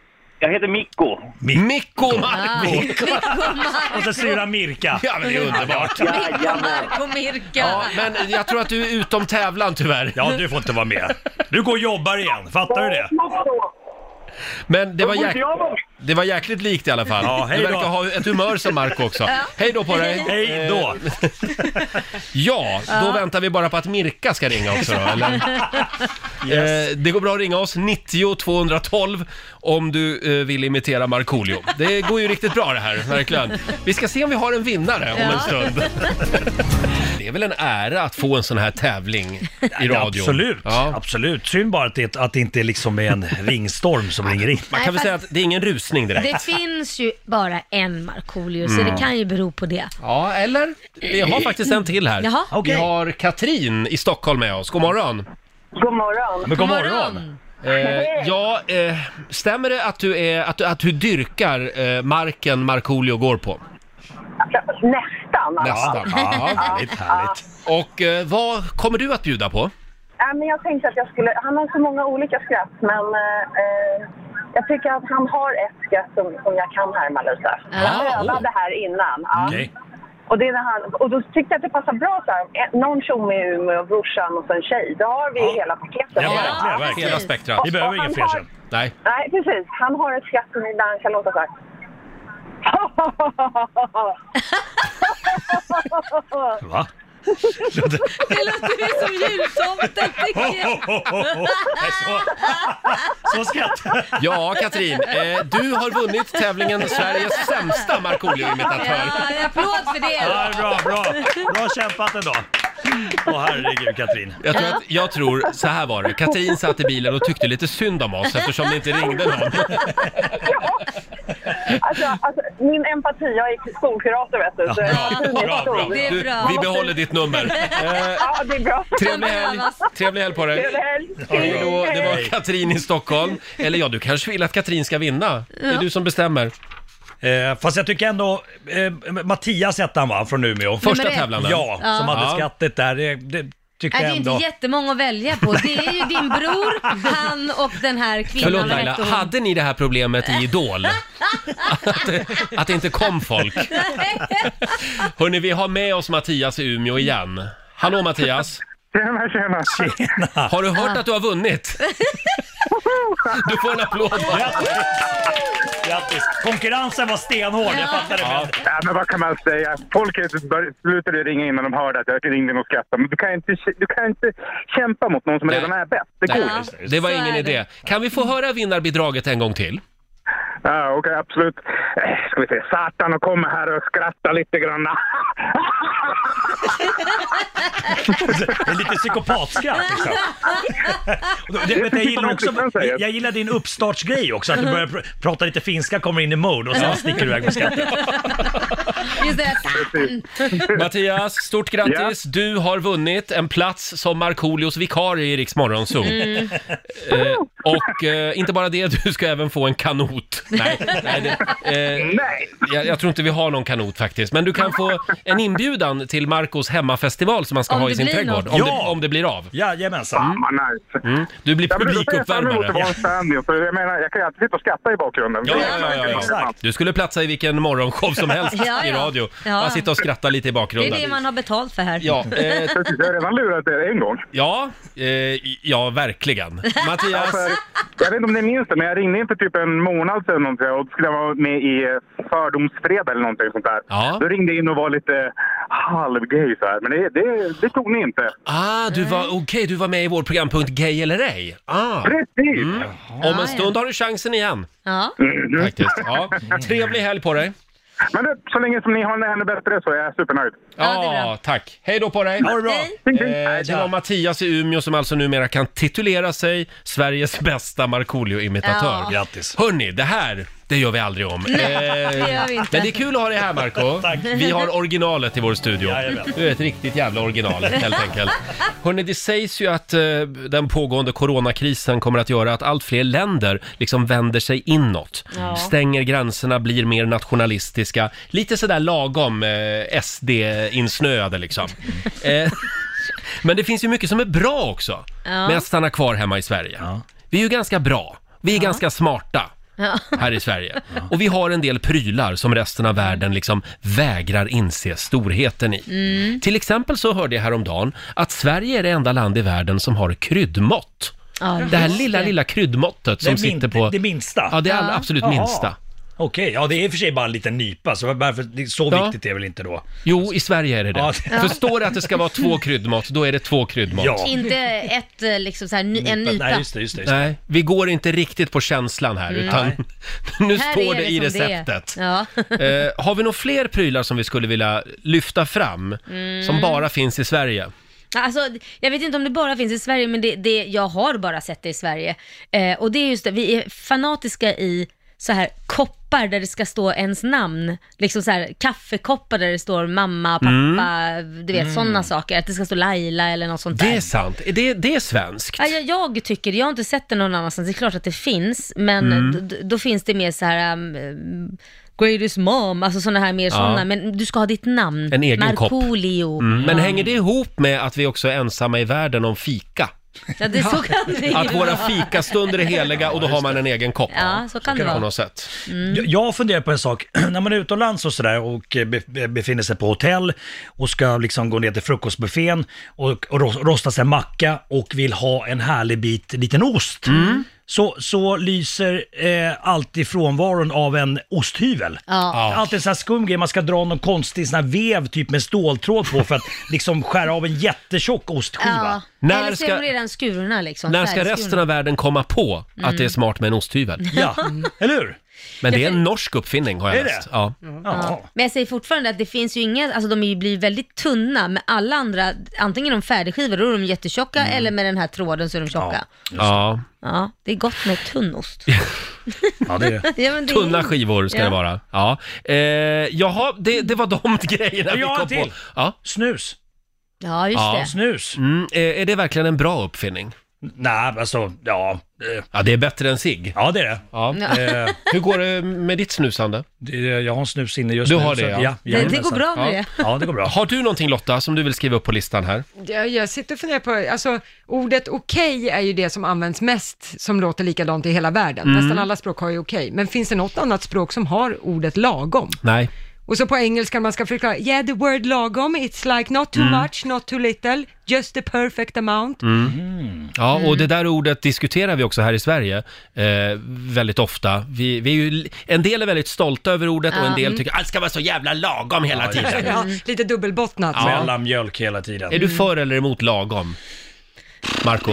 Jag heter Mikko. Mikko Marco! Och så syra Mirka. Ja, men det är underbart. Marco Mirka. Ja, men jag tror att du är utom tävlan tyvärr. Ja, du får inte vara med. Du går och jobbar igen, fattar du det? Men det var, Då får jäk... inte jag vara med. det var jäkligt likt i alla fall. Ja, hej du då. verkar ha ett humör som Marco också. Hej då på dig. Hej då. Ja, då väntar vi bara på att Mirka ska ringa också då, eller? Yes. Eh, det går bra att ringa oss, nittio tvåhundratolv om du eh, vill imitera Markoolio. Det går ju riktigt bra det här, verkligen. Vi ska se om vi har en vinnare om en stund. Det är väl en ära att få en sån här tävling i radio. Absolut, Ja. absolut. Synd bara att det, att det inte liksom är en ringstorm som ringer in. Man kan väl säga att det är ingen rusning direkt. Det finns ju bara en Markoolio, så det kan ju bero på det. Ja, eller? Vi har faktiskt en till här. Jaha. Okej. Vi har Katrin i Stockholm med oss. God morgon. God morgon. Men god morgon. Eh, ja, eh, stämmer det att du, är, att, du- att du dyrkar eh, marken Markoolio går på? Nästan. Alltså. Nästan. Ja, härligt, härligt. Och eh, vad kommer du att bjuda på? Ja, men jag tänkte att jag skulle... Han har så många olika skratt, men eh, jag tycker att han har ett skratt som, som jag kan härma lite. Jag Ah, övade här innan. Ja. Okej. Och, det är när han, och då tyckte jag att det passar bra så här. Någon tjomme i Umeå och brorsan och så en tjej. Då har vi Ja. hela paketet. Ja, verkligen, verkligen. Hela spektrat. Vi behöver ingen fler sen. Nej. Nej, precis. Han har ett skratt som ibland kan låta så här. Va? Det låter ju som jultomten, tycker jag. Så, så skrattar. Ja, Katrin, eh, du har vunnit tävlingen Sveriges sämsta Markoolio-imitatör. Ja, en applåd för det. Ja, bra, bra. Bra kämpat ändå. Åh herregud, Katrin. Jag tror, att, jag tror, så här var det. Katrin satt i bilen och tyckte lite synd om oss eftersom det inte ringde någon. Alltså, alltså, min empati, jag är skolkurator vet du. Så Bra, bra, bra. Det är Du, bra. vi behåller ditt nummer. Eh, Ja, det är bra. trevlig helg. Trevlig helg på dig. Trevlig helg. Hej då, det var Katrin i Stockholm. Eller ja, du kanske vill att Katrin ska vinna. Det är du som bestämmer. Eh, fast jag tycker ändå, eh, Mattias hette han va, från Umeå. Första Nummer ett. tävlanden. Ja, som hade Ja. skattet där. Det, det tycker Nej, det jag är ändå. inte jättemånga att välja på. Det är ju din bror, han och den här kvinnan. Förlåt vad Laila, hette hon? hade ni det här problemet i Idol? Att, det- att det inte kom folk? Hörrni, vi har med oss Mattias i Umeå igen. Hallå Mattias, Tjena, tjena. Tjena. har du hört att du har vunnit? Du får en applåd. Grattis. Grattis. Konkurrensen var stenhård, jag fattar det. Ja. Ja, men vad kan man säga? Folket bör- slutade ringa innan de hörde att jag ringde och skrattade. Men du kan inte, du kan inte kämpa mot någon som Nej. redan är bäst. Det går Nej, inte. det var Så ingen är det. idé. Kan vi få höra vinnarbidraget en gång till? Ja, okej, absolut. Eh, Ska vi se, Satan och kommer här och skrattar lite grann. En lite psykopatskratt liksom. Och det, vet, jag, gillar också, jag, jag gillar din uppstartsgrej också, att du börjar pr- prata lite finska, kommer in i mode och sen sticker du iväg med skrattet. Just det, satan. Mattias, stort grattis. Du har vunnit en plats som Markoolios vikarie i Rix Morgonzoo. Mm. Eh, och eh, inte bara det, du ska även få en kanot. Nej, nej, det, eh, Nej! jag, jag tror inte vi har någon kanot faktiskt. Men du kan få en inbjudan till Marcos hemmafestival som man ska Om ha i det sin blir trädgård. något. Om, Ja. det, om det blir av. Jajamensan. Vad nice. Mm. Du blir Ja, men då ser jag fram emot att vara publikuppvärmare. en stand-in. För jag menar, jag kan ju alltid sitta och skratta i bakgrunden. Ja, ja, ja, ja, Exakt. Du skulle platsa i vilken morgonshow som helst Ja, i ja. radio. Ja. Bara sitta och skratta lite i Det är bakgrunden. det man har betalt för här. Ja, eh, Precis, jag har redan lurat er en gång. ja, eh, ja, verkligen. Mattias, För, jag vet inte om ni minns det, men jag ringde in för typ en månad sedan någonting, och då skulle jag vara med i eh, Fördomsfredag eller någonting sånt där. Ja. Då ringde jag in och var lite halvgay så här, men det, det, det tog ni inte. ah, du var, okej, du var med i vår programpunkt Gay eller ej. Ah. Precis! Om en stund har du chansen igen, Ja. Mhm. faktiskt. Ja. Trevlig helg på dig. Men det, så länge som ni har det ännu bättre så är jag supernöjd. Ja, det är bra. Ja, tack. Hej då på dig. Ha det bra. Hej. Eh, det var Mattias i Umeå som alltså numera kan titulera sig Sveriges bästa Markoolio-imitatör. Ja. Grattis. Hörni, det här, det gör vi aldrig om. det gör vi inte. Men det är kul att ha dig här, Marco. Tack. Vi har originalet i vår studio. Jajamän. Du är ett riktigt jävla original, helt enkelt. Hörni, det sägs ju att eh, den pågående coronakrisen kommer att göra att allt fler länder liksom vänder sig inåt. Ja. Stänger gränserna, blir mer nationalistiska. Lite sådär lagom eh, S D-insnöade liksom. Eh, men det finns ju mycket som är bra också Ja. med att stanna kvar hemma i Sverige. Ja. Vi är ju ganska bra. Vi är ganska smarta. Ja. här i Sverige. Och vi har en del prylar som resten av världen liksom vägrar inse storheten i. Mm. Till exempel så hörde jag häromdagen att Sverige är det enda land i världen som har kryddmått. Ja, Det här just lilla, det. lilla kryddmåttet som Det, min, sitter på... det minsta. Ja, det är Ja. absolut Jaha. minsta. Okej, ja det är i och för sig bara en liten nypa, så, varför, det- så Ja. viktigt är det väl inte då? Jo, i Sverige är det det. Ja. För står det att det ska vara två kryddmått, då är det två kryddmått. Ja. Inte ett, eh, liksom så här, ny, en nypa. Nej, just det, just det. Just det. Nej, vi går inte riktigt på känslan här, utan nu Här står är det i som det är. receptet. Ja. Eh, har vi några fler prylar som vi skulle vilja lyfta fram, Mm. som bara finns i Sverige? Alltså, jag vet inte om det bara finns i Sverige, men det, det, jag har bara sett det i Sverige. Eh, och det är just det, vi är fanatiska i så här koppar där det ska stå ens namn. Liksom så här kaffekoppar där det står mamma, pappa, du vet sådana saker. Att det ska stå Laila eller något sånt där. Det är sant, det, det är svenskt. Ja, jag, jag tycker, jag har inte sett det någon annanstans, det är klart att det finns, men Mm. d- då finns det mer så här um, greatest mom, alltså sådana här mer Ja. sådana, men du ska ha ditt namn. En egen kopp. Markoolio. Mm. Men hänger det ihop med att vi också är ensamma i världen om fika? Ja, det, så kan det ju Att våra vara. fikastunder är heliga och då har man en egen kopp. Ja, så kan det På vara. något sätt. Jag, jag funderar på en sak, när man är utomlands och sådär och eh, be, befinner sig på hotell och ska liksom gå ner till frukostbuffén och, och ros- rosta sig en macka och vill ha en härlig bit liten ost. Så, så lyser eh, alltid frånvaron av en osthyvel. Ja. Alltid en sån här skum grej, man ska dra någon konstig sån här vev typ med ståltråd på för att liksom skära av en jättetjock ostskiva. Ja. När Eller så ska- är de redan skurna liksom. När ska färdigskurna. resten av världen komma på att Mm. det är smart med en osthyvel? Ja, eller hur? Men det är en norsk uppfinning har jag Är det? läst. Ja. Ja. Men jag säger fortfarande att det finns ju inga, alltså de är ju blir väldigt tunna, med alla andra, antingen de färdigskivor, då är de jättetjocka, Mm. eller med den här tråden så är de tjocka. Ja, Ja. det är gott med tunnost. Ja, det är det. Ja, men det är- Tunna skivor ska Ja. det vara. Ja. Eh, jaha, det, det var de grejerna vi Ja, kom till. på. Ja. Snus. Ja, just Ja. det. Snus. Mm, är, är det verkligen en bra uppfinning? Nej, alltså, ja. eh, Ja, det är bättre än cigg. Ja, det är det. Ja. Ja. Eh, Hur går det med ditt snusande? det- Jag har en snus inne just Du nu. har det, så- ja. Det, det jajamensan. går bra med Ja. det. Ja, det går bra. Har du någonting Lotta som du vill skriva upp på listan här? Jag, jag sitter och funderar på, alltså ordet okej är ju det som används mest som låter likadant i hela världen. Mm. Nästan alla språk har ju okej, men finns det något annat språk som har ordet lagom? Nej. Och så på engelska man ska förklara, yeah the word lagom, it's like not too Mm. much, not too little, just the perfect amount. Ja, och det där ordet diskuterar vi också här i Sverige eh, väldigt ofta. Vi, vi är ju, en del är väldigt stolta över ordet och en del tycker att det ska vara så jävla lagom hela tiden. Ja, lite dubbelbottnat. Ja. Mellanmjölk hela tiden. Är du för eller emot lagom? Marco?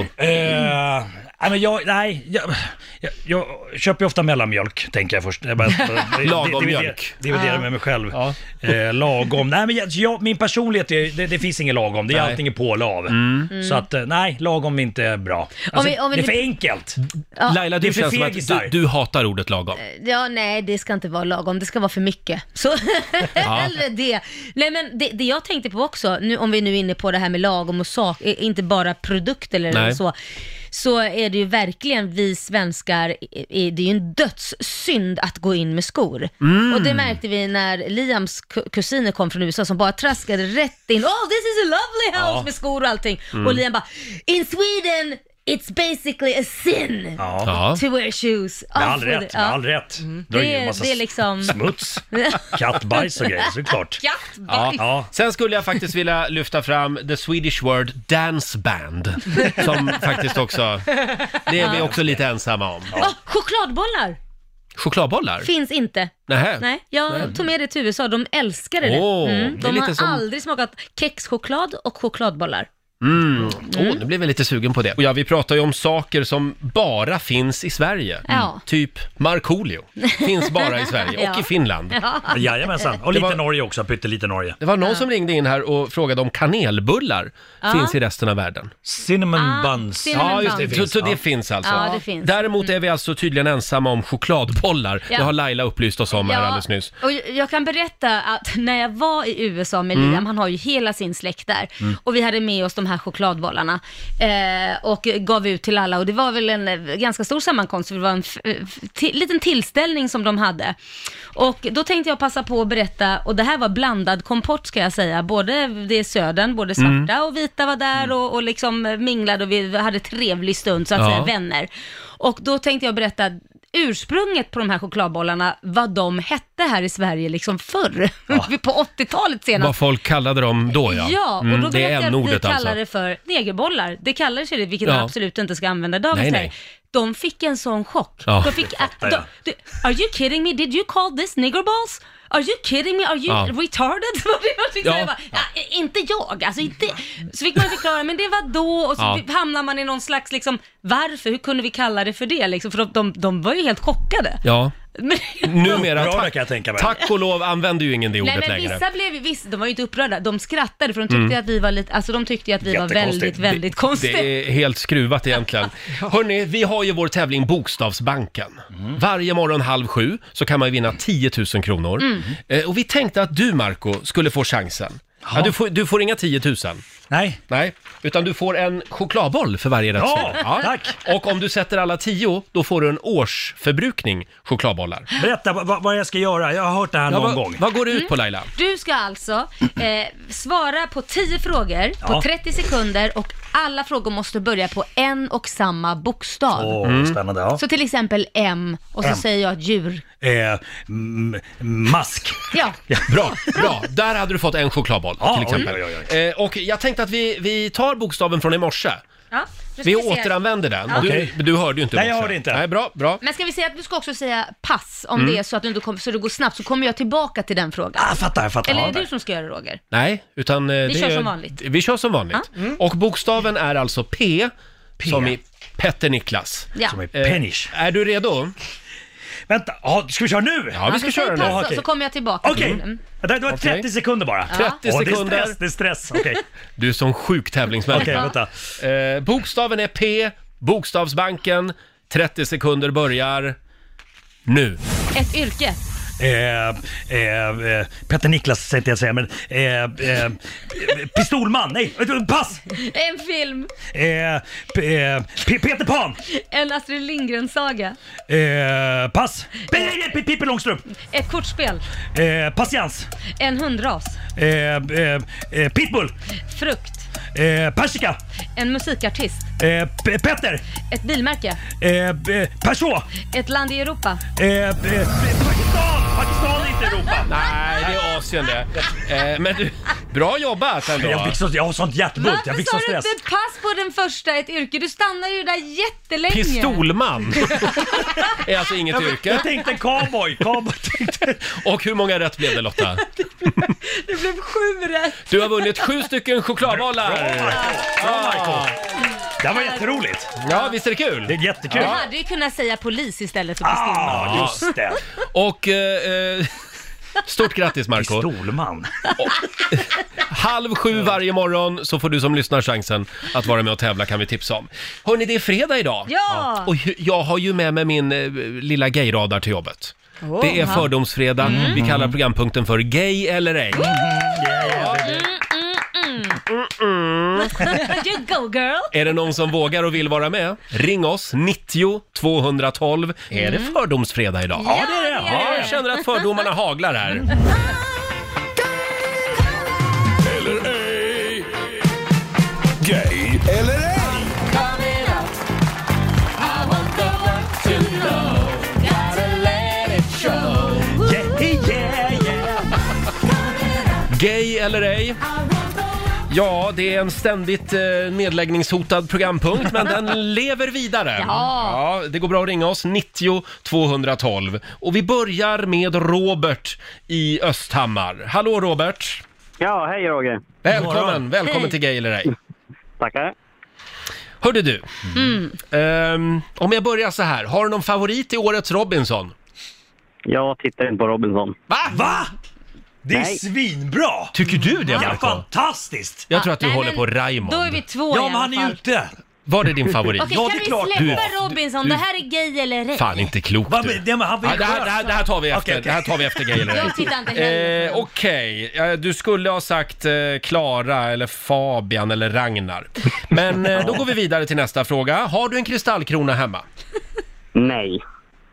Eh, nej, men jag, nej, jag, jag, jag köper ju ofta mellanmjölk, tänker jag först. Jag bara, det, Lagom det, det, mjölk. Det dividerar med mig själv. Ja. Eh, lagom. Nej, men jag, jag, min personlighet, är, det, det finns ingen lagom. Det är Nej. allting är på eller av. Så att, eh, nej, lagom är inte bra. Alltså, vi- om vi det är nu- för enkelt. Laila, det är du för känns som att fegisar. du, du hatar ordet lagom. Ja, nej, det ska inte vara lagom, det ska vara för mycket. Så, hellre det. Nej, men det, det jag tänkte på också, nu, om vi nu är inne på det här med lagom och sak, eh, inte bara produkt eller Nej. så, så är det ju verkligen vi svenskar, eh, det är ju en dödssynd att gå in med skor. Mm. Och det märkte vi när Liams ku- kusiner kom från U S A som bara traskade rätt in, oh this is a lovely house, Ja. med skor och allting. Mm. Och Liam bara, in Sweden it's basically a sin Ja. Ja. to wear shoes. Med Oh, all for rätt, the- med ja. all rätt. Drar Det in en är- massa det är liksom- smuts, kattbajs och grejer, såklart. Kattbajs. Ja. Sen skulle jag faktiskt vilja lyfta fram the Swedish word dance band. Som faktiskt också, det är vi också lite ensamma om. Åh, chokladbollar Chokladbollar? finns inte. Nähä. Nej, jag tog med det till U S A, de älskade det. Åh, det är mm. De lite har som- aldrig smakat kexchoklad och chokladbollar. Mm. Åh, nu blev jag lite sugen på det. Och ja, vi pratar ju om saker som bara finns i Sverige. Ja. Typ Markoolio. Finns bara i Sverige och Ja. i Finland. Ja. Jajamensan, och Det lite var- Norge också, pyttelite Norge. Det var någon som ringde in här och frågade om kanelbullar Ja. finns i resten av världen. Cinnamon Ah, buns. cinnamon Ja, just det. buns. Så, så det Ja. finns alltså. Ja, det finns. Däremot är vi alltså tydligen ensamma om chokladbollar. Ja. Det har Laila upplyst oss om här alldeles nyss. och jag- jag kan berätta att när jag var i U S A med Mm. Liam, han har ju hela sin släkt där, och vi hade med oss de här chokladbollarna eh, och gav ut till alla, och det var väl en eh, ganska stor sammankomst, för det var en f- f- till, liten tillställning som de hade. Och då tänkte jag passa på att berätta, och det här var blandad kompott ska jag säga, både det är södern, både svarta Mm. och vita var där och, och liksom minglade, och vi hade trevlig stund så att Ja. säga, vänner. Och då tänkte jag berätta ursprunget på de här chokladbollarna, vad de hette här i Sverige liksom förr, ja. på åttiotalet senast. Vad folk kallade dem då, ja. Ja, och mm, då det är vet jag att vi kallar alltså. det för negerbollar. Det kallar sig det, vilket ja. man absolut inte ska använda i dagens nej, Sverige. nej. De fick en sån chock. Ja. De fick, äh, de, de, are you kidding me? Did you call this niggerballs? Are you kidding me? Are you ja. retarded? ja. jag bara, ja, inte jag, alltså inte. Så fick man förklara, men det var då, och så ja. hamnar man i någon slags liksom, varför? Hur kunde vi kalla det för det? Liksom, för de, de, de var ju helt chockade. Ja. Numera, Bra, tack, kan jag tänka mig. tack och lov använder ju ingen det ordet längre. Nej, men längre. vissa blev, vissa, de var ju inte upprörda, de skrattade för de tyckte Mm. att vi var lite, alltså de tyckte att vi var väldigt, väldigt konstiga. Det är helt skruvat egentligen. Hörrni, vi har ju vår tävling Bokstavsbanken. Mm. Varje morgon halv sju så kan man ju vinna tio tusen kronor. Mm. Eh, och vi tänkte att du, Marco, skulle få chansen. Ja, du, får, du får inga tio tusen. Nej. Nej, utan du får en chokladboll för varje rätt ja, ja, tack. Och om du sätter alla tio, då får du en årsförbrukning chokladbollar. Berätta vad, vad jag ska göra, jag har hört det här ja, någon vad, gång. Vad går det ut på, Laila? Du ska alltså eh, svara på tio frågor ja. på trettio sekunder och alla frågor måste börja på en och samma bokstav. Åh, mm. spännande. Ja. Så till exempel M och så M. säger jag ett djur. Eh, m- mask. Ja. ja. Bra, bra. Där hade du fått en chokladboll ja, till exempel. Oj, oj, oj. Eh, och jag tänkte att vi, vi tar bokstaven från i morse. Ja, vi vi återanvänder den. Ja. Du, Okay. du hörde ju inte. Nej, jag hörde inte. Nej, bra, bra. Men ska vi säga att du ska också säga pass om Mm. det är så att du inte kommer, så det går snabbt, så kommer jag tillbaka till den frågan. Ah, fattar, jag fattar. Eller är ja, det du som ska göra, Roger? Nej, utan... Eh, vi det kör är, som vanligt. Vi kör som vanligt. Ja. Mm. Och bokstaven är alltså P, P. som i Petter Niklas. Ja. Som är pennish. Eh, är du redo? Vänta, ah, ska vi köra nu? Ja, vi ska köra nu. Pass, okay. så kommer jag tillbaka Okej, till okay. den. det var trettio okay. sekunder bara. trettio oh, sekunder. Det är stress, det är stress. Okay. Du är som sjuk tävlingsmänniska. Okej, vänta. Eh, bokstaven är P, Bokstavsbanken, trettio sekunder börjar nu. Ett yrke. Eh, eh, eh, Petter Niklas tänkte jag säga, men eh, eh, pistolman, nej, pass! En film. Eh, p- eh, P- Peter Pan! En Astrid Lindgren-saga. Eh, pass! P- Pippi Långstrump! Ett kortspel. Eh, patiens! En hundras. Eh, eh, eh, Pitbull! Frukt. Eh, persika! En musikartist. Eh, P- Petter! Ett bilmärke. Eh, eh, Peugeot! Ett land i Europa. Eh, eh, Pakistan! Pakistan är inte Europa! Nej, det är Asien det. Eh, men du, bra jobbat ändå. Jag, fick så, jag har sånt hjärtbult, jag Varför fick sa så du stress. inte pass på den första, ett yrke? Du stannar ju där jättelänge. Pistolman är alltså inget Jag, yrke. jag tänkte cowboy, cowboy tänkte... Och hur många rätt blev det, Lotta? Det blev sju rätt. Du har vunnit sju stycken chokladbollar. Bra, Michael. Det var jätteroligt. Ja, visst är det kul? Det är jättekul. Du hade ju kunnat säga polis istället för pistolman. Ah, just det. Och eh, stort grattis, Marco. Pistolman. Halv sju varje morgon så får du som lyssnar chansen att vara med och tävla, kan vi tipsa om. Hörrni, det är fredag idag. Ja. Och jag har ju med mig min eh, lilla gayradar till jobbet. Oh, det är ha. fördomsfredag. Mm. Vi kallar programpunkten för Gay eller ej. Mm, yeah, yeah, baby. You go girl. Är det någon som vågar och vill vara med? Ring oss, nittio tvåhundratolv. Är det fördomsfredag idag? Ja, det är det. Ja, jag känner att fördomarna haglar här. Eller ej. Gay eller ej. Yeah, yeah, yeah. Gay eller ej? Ja, det är en ständigt eh, nedläggningshotad programpunkt, men den lever vidare. Ja. Ja, det går bra att ringa oss, nittio tvåhundratolv. Och vi börjar med Robert i Östhammar. Hallå Robert! Ja, hej Roger. Välkommen, välkommen Hej. till Gay eller ej. Tackar. Hörde du, Mm. ehm, om jag börjar så här, har du någon favorit i årets Robinson? Jag tittar inte på Robinson. Va? Va? Det är Nej. svinbra! Tycker du det, Ja, Marco? fantastiskt! Jag tror att du Nej, håller men på Raymond. Då är vi två Ja, i men alla han är ju fall. ute! Var det din favorit? Okej, Ja, kan det är vi klart. släppa Du- Robinson? du- Det här är gay eller ej? Fan, inte klokt Va, du. men, det, men han vill Ja, det, här, det, här, det här tar vi efter, Okej, okej. Det här tar vi efter Gay eller ej. Jag tittar inte heller. Eh, Okej, Eh, du skulle ha sagt eh, Klara eller Fabian eller Ragnar. Men eh, då går vi vidare till nästa fråga. Har du en kristallkrona hemma? Nej.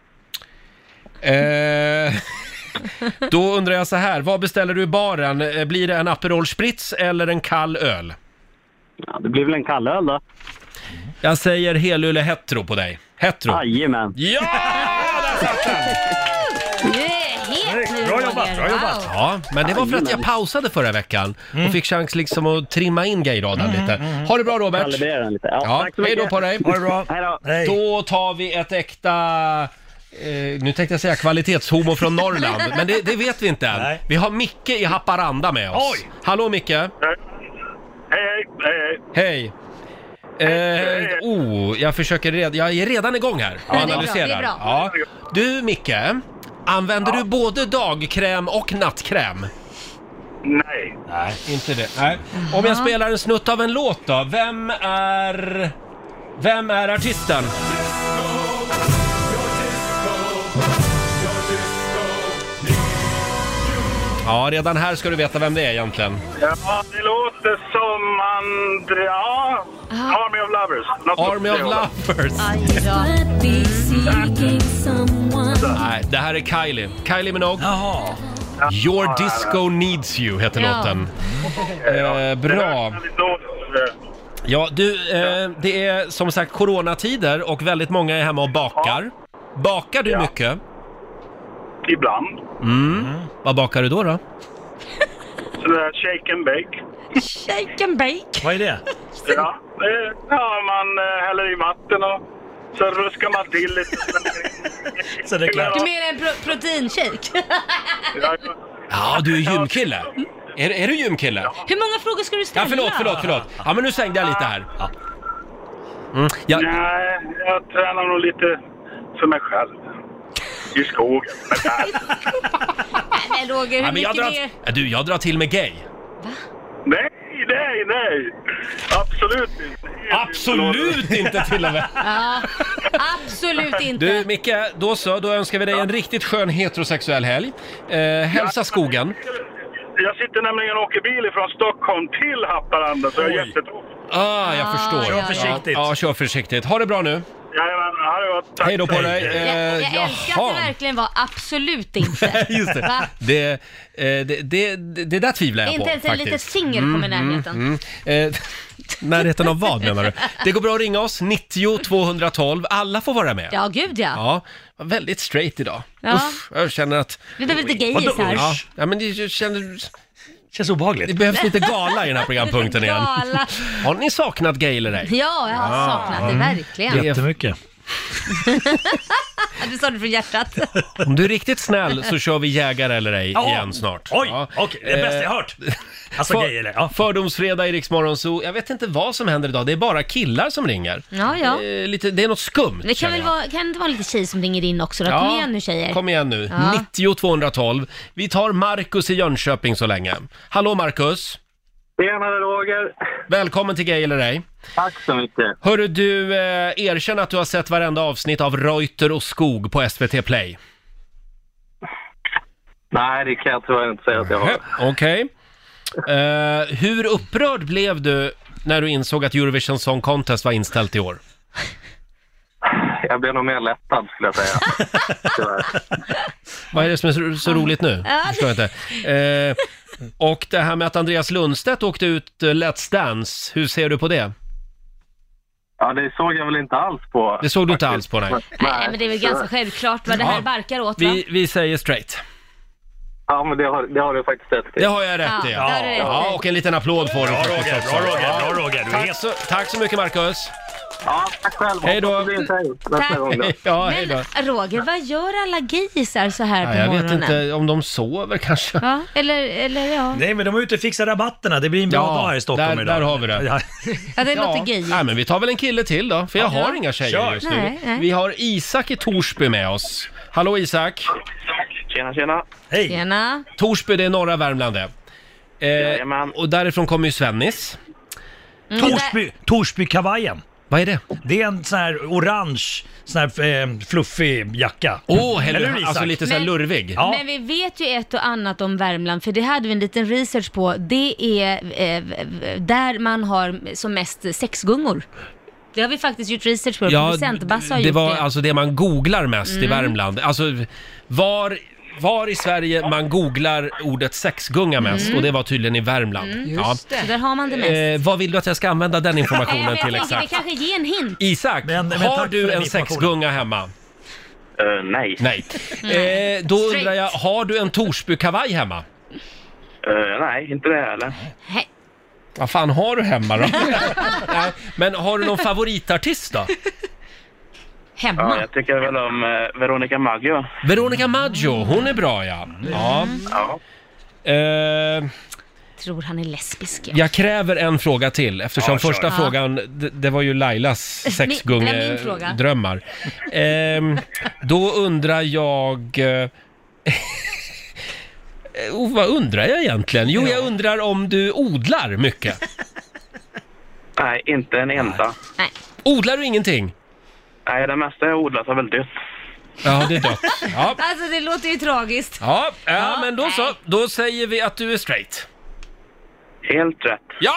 Eh, då undrar jag så här, vad beställer du i baren? Eh, Blir det en Aperol Spritz eller en kall öl? Ja, det blir väl en kall öl då. Jag säger helylle hetero på dig. Hetero. Jajamän. Ja! satt den! Du är het nu, Bra jobbat, Roger. bra jobbat. Wow. Ja, men det var för att jag pausade förra veckan och fick chans liksom att trimma in gayradan lite. Ha det bra, Robert. Kalibrera den lite. Ja, Ja, tack så hej mycket. då på dig. Ha det bra. Hej då. Hej. Då tar vi ett äkta, eh, nu tänkte jag säga kvalitetshomo från Norrland, men det, det vet vi inte än. Nej. Vi har Micke i Haparanda med oss. Oj. Hallå Micke. Hej, hej, hej, hej. Hej. Eh, oh, jag försöker red, jag är redan igång här och Ja, det är bra, analyserar. det är bra. Ja. Du Micke, använder du både dagkräm och nattkräm? Nej. Nej, inte det. Nej. Om jag spelar en snutt av en låt då, vem är... Vem är artisten? Ja, redan här ska du veta vem det är egentligen. Ja, det låter som Andra... Ja, Army of Lovers. Något Army of åt det hållet. Lovers. Aj då. Nej, det här är Kylie. Kylie Minogue. Jaha. Your Disco Needs You heter Ja. låten. Eh, bra. Ja, du, eh, det är som sagt coronatider och väldigt många är hemma och bakar. Bakar du Ja. mycket? Ibland. Mm. Vad bakar du då då? Sådär shake and bake. Shake and bake. Vad är det? Ja, det, ja man eh, häller i vatten och så ruskar man till lite. Så det är klart. Du menar en pro- proteinshake? Ja, ja. Ja, du är gymkille. Är, är du gymkille? Hur många frågor ska du ställa? Ja, förlåt, förlåt, förlåt. Ja, men nu svängde jag lite här. Mm. Ja, Nej, jag tränar nog lite för mig själv. I skogen. Men, nej, Nej, Roger, hur ja, men jag, mycket drar, mer? ja, du, jag drar till med gay. nej, nej, nej. Absolut inte. Absolut inte till och med. Ja, absolut inte. Du, Micke, då så, då önskar vi dig en riktigt skön heterosexuell helg. Eh, hälsa skogen. Jag sitter nämligen och åker bil från Stockholm till Haparanda, så jag är Oj. jättetråkigt. Ah, jag Ah, förstår. ja, Kör ja. försiktigt. Ja, kör försiktigt. Ha det bra nu. Jajamän, ha det gott. Tack. Hej då på dig. Jag, Eh, jag älskar att det verkligen var absolut inte. Just det. Va? Det, eh, det, det, det, det där tvivlar jag Inte på ens ett faktiskt. litet finger kom i närheten. Mm. Eh, närheten av vad menar du? Det går bra att ringa oss, nittio tvåhundratolv. Alla får vara med. Ja, gud ja. Ja, var väldigt straight idag. Ja. Uff, jag känner att... Vi behöver lite Vadå, gayis här. Ja, ja men det, jag känner, Känns det obehagligt. behövs lite gala i den här programpunkten igen. Gala. Har ni saknat gay eller ej? Ja, jag har saknat det verkligen. Jättemycket. Du sa det från hjärtat. Om du är riktigt snäll så kör vi jägare eller ej Ja. igen snart. Oj, Ja. okej. Det är bästa jag hört. Alltså För, gay eller? Ja. Fördomsfredag i Rix Morgon Zoo. Jag vet inte vad som händer idag. Det är bara killar som ringer. Ja, ja. Eh, lite, det är något skumt. Det kan känner väl jag. vara, kan det inte vara lite tjej som ringer in också då? Kom igen nu tjejer. Kom igen nu. Ja. nittio tvåhundratolv. Vi tar Marcus i Jönköping så länge. Hallå Marcus. Tjenare Roger. Välkommen till Gay eller ej. Tack så mycket. Hörru du, eh, erkänn att du har sett varenda avsnitt av Reuter och Skog på S V T Play. Nej, det kan jag tyvärr inte säga att jag har. Okej. Eh, hur upprörd blev du när du insåg att Eurovision Song Contest var inställt i år? Jag blev nog mer lättad skulle jag säga. Tyvärr. Vad är det som är så, så roligt nu? Ja. Förstår jag inte. Eh, och det här med att Andreas Lundstedt åkte ut uh, Let's Dance, hur ser du på det? Ja, det såg jag väl inte alls på. Det såg du inte alls på, nej. Nej, men det är väl ganska självklart vad det här Ja. barkar åt, va? Vi, vi säger straight. Ja, men det har, det har du faktiskt rätt i. Det har jag rätt Ja, i. det har du rätt i. Ja, och en liten applåd får du. Bra faktiskt Roger, också. bra Roger, Ja. bra Roger. Du är Tack helt... så, tack så mycket Marcus. Ja, tack själv. Hej då. Hoppas det blir en tjej nästa Tack. gång då. Ja, hej då. Men Roger, vad gör alla gayisar så här Ja, på jag morgonen? vet inte om de sover kanske. Ja, eller, eller ja. Nej, men de är ute och fixar rabatterna. Det blir en bra Ja, dag här i Stockholm där- idag. där har vi det. Ja. Ja, det Ja. låter gayigt. Nej, men vi tar väl en kille till då, för jag Ja. har inga tjejer Kör. just nu. Nej, nej. Vi har Isak i Torsby med oss. Hallå Isak. Tjena, tjena. Hej! Tjena. Torsby, det är norra Värmland det. Eh, Jajamän. och därifrån kommer ju Svennis. Mm, och där- Torsby, Torsby-kavajen. Vad är det? Det är en sån här orange, sån här eh, fluffig jacka. Åh, oh, Eller hur, Isak? alltså lite så här Men- lurvig. Ja. Men vi vet ju ett och annat om Värmland, för det hade vi en liten research på. Det är eh, där man har som mest sexgungor. Det har vi faktiskt gjort research på. Producent Basse har det gjort var det. Mm. alltså det man googlar mest i Värmland. Alltså var, var i Sverige man googlar ordet sexgunga mest, och det var tydligen i Värmland. Ja. Mm. Så där har man det mest. Eh, vad vill du att jag ska använda den Nej, informationen men till jag tänker vi exakt? kanske ger en hint. Isak, Men- men har tack du för den en informationen. sexgunga hemma? Uh, nej. Nej. Eh, då undrar jag, har du en Torsby-kavaj hemma? Uh, nej, inte det heller. Hej. Vad fan har du hemma då? Nej, men har du någon favoritartist då? Hemma? Ja, jag tycker väl om uh, Veronica Maggio. Veronica Maggio, hon är bra, ja. Ja. Ja. Eh, Tror han är lesbisk. Ja. jag kräver en fråga till, eftersom Ja, kör. första Ja. frågan, det, det var ju Lailas det var min fråga. sexgunge-drömmar. Eh, då undrar jag... Eh, oh, vad undrar jag egentligen? Jo, jag undrar om du odlar mycket. Nej, inte en enda. Nej. Odlar du ingenting? Nej, det mesta jag odlat har väl dött. Ja, det är dött. Ja, Alltså det låter ju tragiskt. ja, ja, Ja, men då nej. så. Då säger vi att du är straight. Helt rätt. Ja!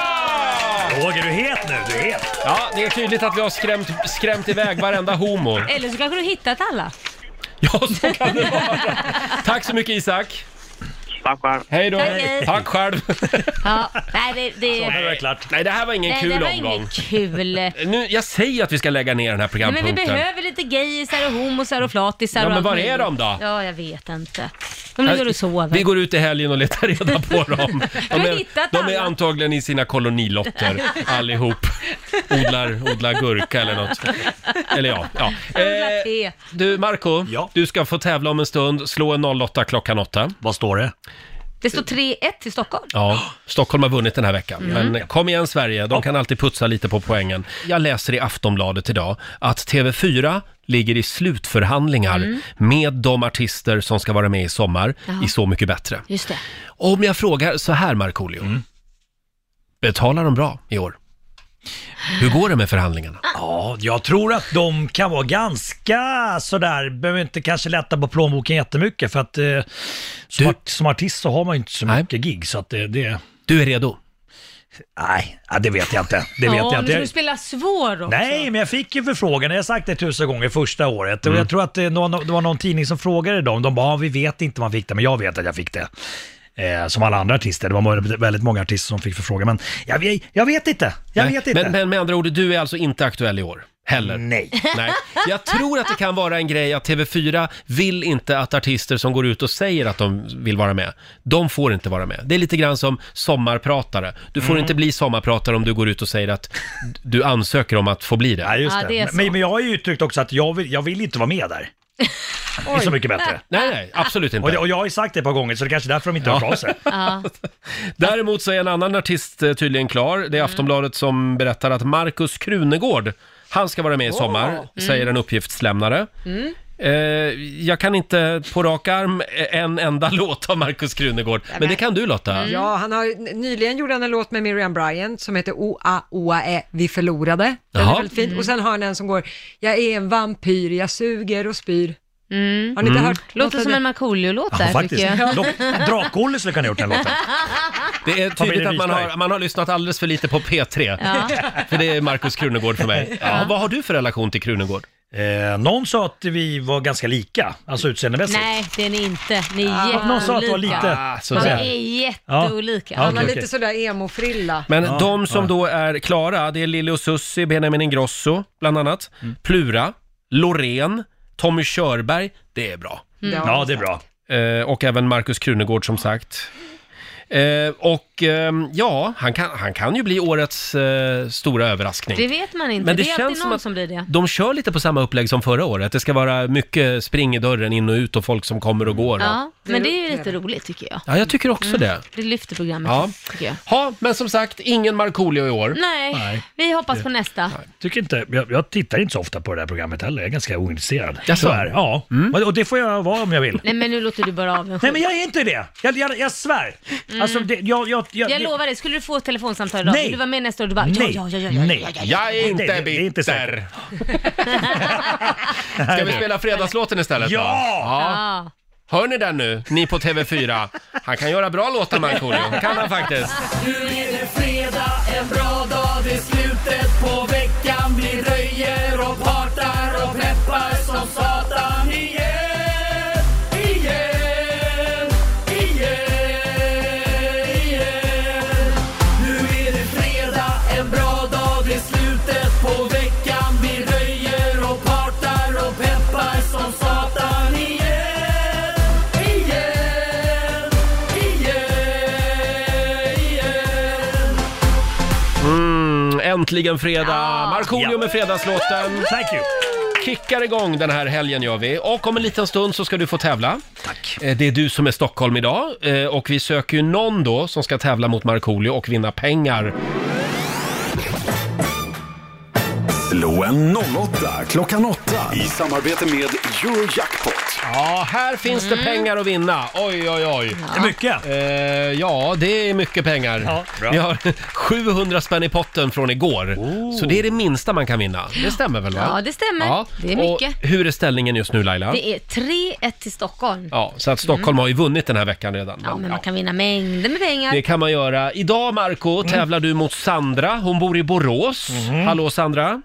Roger, du är het nu, du är het. Ja, det är tydligt att vi har skrämt, skrämt iväg varenda homo. Eller så kanske du hittat alla. Ja, så kan det vara. Tack så mycket, Isak. Tack själv. Hej då. Tack, hej. Tack själv. Ja, nej det... det Så, nu är det klart. Nej, det här var ingen nej, kul det var omgång. inget kul. Nu, jag säger att vi ska lägga ner den här Nej, men vi programpunkten. behöver lite gayisar och homosar och flatisar. Ja, och men allt var möjligt. är de då? Ja, jag vet inte. De ligger och sover. Vi går ut i helgen och letar reda på dem. De har är, hittat de är alla. antagligen i sina kolonilotter allihop. Odlar, odlar gurka eller något. Eller ja. ja. Odlar te. Du Marco, Ja. du ska få tävla om en stund. Slå en noll åtta klockan åtta. Vad står det? Det står tre ett till Stockholm. Ja, Stockholm har vunnit den här veckan. Men kom igen Sverige, de kan alltid putsa lite på poängen. Jag läser i Aftonbladet idag att T V fyra ligger i slutförhandlingar med de artister som ska vara med i sommar Jaha. i Så mycket bättre. Just det. Om jag frågar så här, Markoolio. Betalar de bra i år? Hur går det med förhandlingarna? Ja, jag tror att de kan vara ganska sådär, behöver inte kanske lätta på plånboken jättemycket för att eh, som, Du- art, som artist så har man ju inte så Nej. mycket gig så att det, det Du är redo? nej, ja, det vet jag inte. Det vet Ja, jag men ska du inte. spela svår också? Nej, men jag fick ju förfrågan, jag har sagt det tusen gånger första året och jag tror att det, någon, det var någon tidning som frågade dem, de bara, ja, vi vet inte om man fick det, men jag vet att jag fick det. Eh, som alla andra artister, det var väldigt många artister som fick förfrågan, men jag, jag, jag vet inte, jag Nej. vet inte. Men, men med andra ord, du är alltså inte aktuell i år? Heller? Nej. Nej. Jag tror att det kan vara en grej att T V fyra vill inte att artister som går ut och säger att de vill vara med, de får inte vara med. Det är lite grann som sommarpratare. Du får Mm. inte bli sommarpratare om du går ut och säger att du ansöker om att få bli det. Ja, just Ja, det. det är så. men, men jag har ju uttryckt också att jag vill, jag vill inte vara med där. Det är så mycket bättre. Nej, nej, absolut inte. Och, det- och jag har ju sagt det ett par gånger, så det är kanske är därför de inte har hört av sig. Ja. Däremot så är en annan artist eh, tydligen klar. Det är Aftonbladet som berättar att Markus Krunegård, han ska vara med i sommar, säger en uppgiftslämnare. Eh, jag kan inte på rak arm en enda låt av Markus Krunegård, men det kan du Lotta. Ja, han har nyligen gjorde han en låt med Miriam Bryant som heter O-A, O-A-E, Vi förlorade. Den Jaha. är väldigt fin. Och sen har han en som går, jag är en vampyr, jag suger och spyr. Mm. Har ni inte hört? Låter något som av en Markoolio-låt där, Ja, faktiskt. tycker jag. De- Drak-Olle skulle kunna ha gjort den låten. Det är blir tydligt det att man Risberg? har, man har lyssnat alldeles för lite på P tre. Ja. För det är Markus Krunegård för mig. Ja, vad har du för relation till Krunegård? Eh, någon sa att vi var ganska lika, alltså utseendemässigt. Nej, det är ni inte. Ni är Ah, någon sa att det var jätteolika. lite... Ah, så Man där. är jätteolika. Ja. Han har okej, lite okej. sådär emo-frilla. Men Ja, de som ja. då är klara, det är Lili och Susie, Benjamin Ingrosso bland annat, Plura, Loreen, Tommy Körberg, det är bra. Ja, det är bra. Eh, och även Markus Krunegård som sagt. Eh, och eh, ja, han kan, han kan ju bli årets eh, stora överraskning. Det vet man inte. Men det det är känns alltid som någon att som blir det. De kör lite på samma upplägg som förra året. Det ska vara mycket spring i dörren in och ut och folk som kommer och går. Ja, Ja, men det är ju lite roligt tycker jag. ja jag tycker också det. Det lyfter programmet, Ja. tycker jag. Ja, men som sagt, ingen Markoolio i år. Nej, Nej. vi hoppas på nästa. Tycker inte, jag, jag tittar inte så ofta på det här programmet heller, jag är ganska ointresserad. Jaså? Så är det. Ja, och, och det får jag vara om jag vill. Nej, men nu låter du bara avundsjuk. Nej men jag är inte det! Jag, jag, jag svär! Alltså, det, jag, jag, jag, Jag det- lovar dig, skulle du få ett telefonsamtal idag, Nej. vill du vara med nästa år, du bara ja, Nej, ja, ja, ja, ja, nej. ja, ja, ja. Jag är inte Det- det- det är inte bitter. Ska vi spela fredagslåten istället då? Ja! Ja. Hör ni den nu? Ni på T V fyra. Han kan göra bra låtar, Markoolio. Kan han faktiskt. Nu är det fredag, en bra dag, det är slutet på veckan. Vi röjer och partar och peppar som satan igen, igen, igen, igen. Nu är det fredag, en bra dag, det är slutet på veckan. Vi röjer och partar och peppar som äntligen fredag! Markoolio Ja. med fredagslåten. Thank you. Kickar igång den här helgen gör vi. Och om en liten stund så ska du få tävla. Tack. Eh, Det är du som är Stockholm idag. Eh, Och vi söker ju någon då som ska tävla mot Markoolio och vinna pengar. Slå en noll åtta klockan åtta i samarbete med Eurojackpot. Ja, här finns det pengar att vinna. Oj, oj, oj. Det är mycket. Eh, ja, det är mycket pengar. Ja, bra. Vi har sjuhundra spänn i potten från igår. Så det är det minsta man kan vinna. Det stämmer väl, va? Ja, det stämmer. Det är mycket. Och hur är ställningen just nu, Laila? Det är tre ett till Stockholm. Ja, så att Stockholm har ju vunnit den här veckan redan. Ja, men man kan vinna mängder med pengar. Det kan man göra. Idag, Marco, tävlar du mot Sandra. Hon bor i Borås. Hallå, Sandra.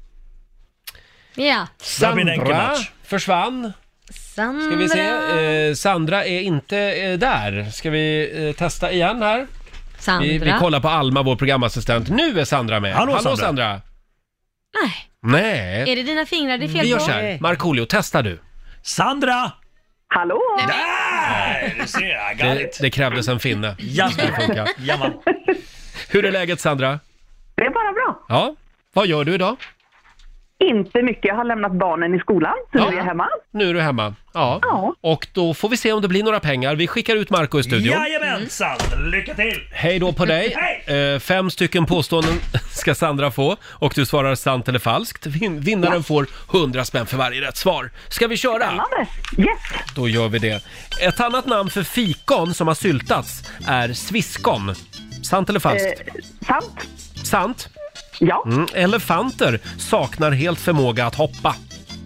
Ja. Det blir en enkel Sandra match. försvann. Sandra. Ska vi se. Eh, Sandra är inte eh, där. Ska vi eh, testa igen här? Sandra. Vi, vi kollar på Alma, vår programassistent. Nu är Sandra med. Hallå, Hallå Sandra. Sandra. Nej. Nej. Är det dina fingrar det är fel Vi gör på? så här. Markoolio, testa du. Sandra! Hallå? Nej, du ser, jag got Det, it. det krävdes en finne. Ja, Det funkar. Jamen. Hur är läget, Sandra? Det är bara bra. Ja. Vad gör du idag? Inte mycket. Jag har lämnat barnen i skolan, så Ja. nu är jag hemma. Nu är du hemma. Ja. Ja. Och då får vi se om det blir några pengar. Vi skickar ut Marco i studion. Jajamensan, lycka till! Hej då på dig. Hej! Eh, fem stycken påståenden ska Sandra få och du svarar sant eller falskt. Vin- vinnaren får hundra spänn för varje rätt svar. Ska vi köra? Spännande. Yes. Då gör vi det. Ett annat namn för fikon som har syltats är sviskon. Sant eller falskt? Eh, sant. Sant. Ja. Mm. Elefanter saknar helt förmåga att hoppa.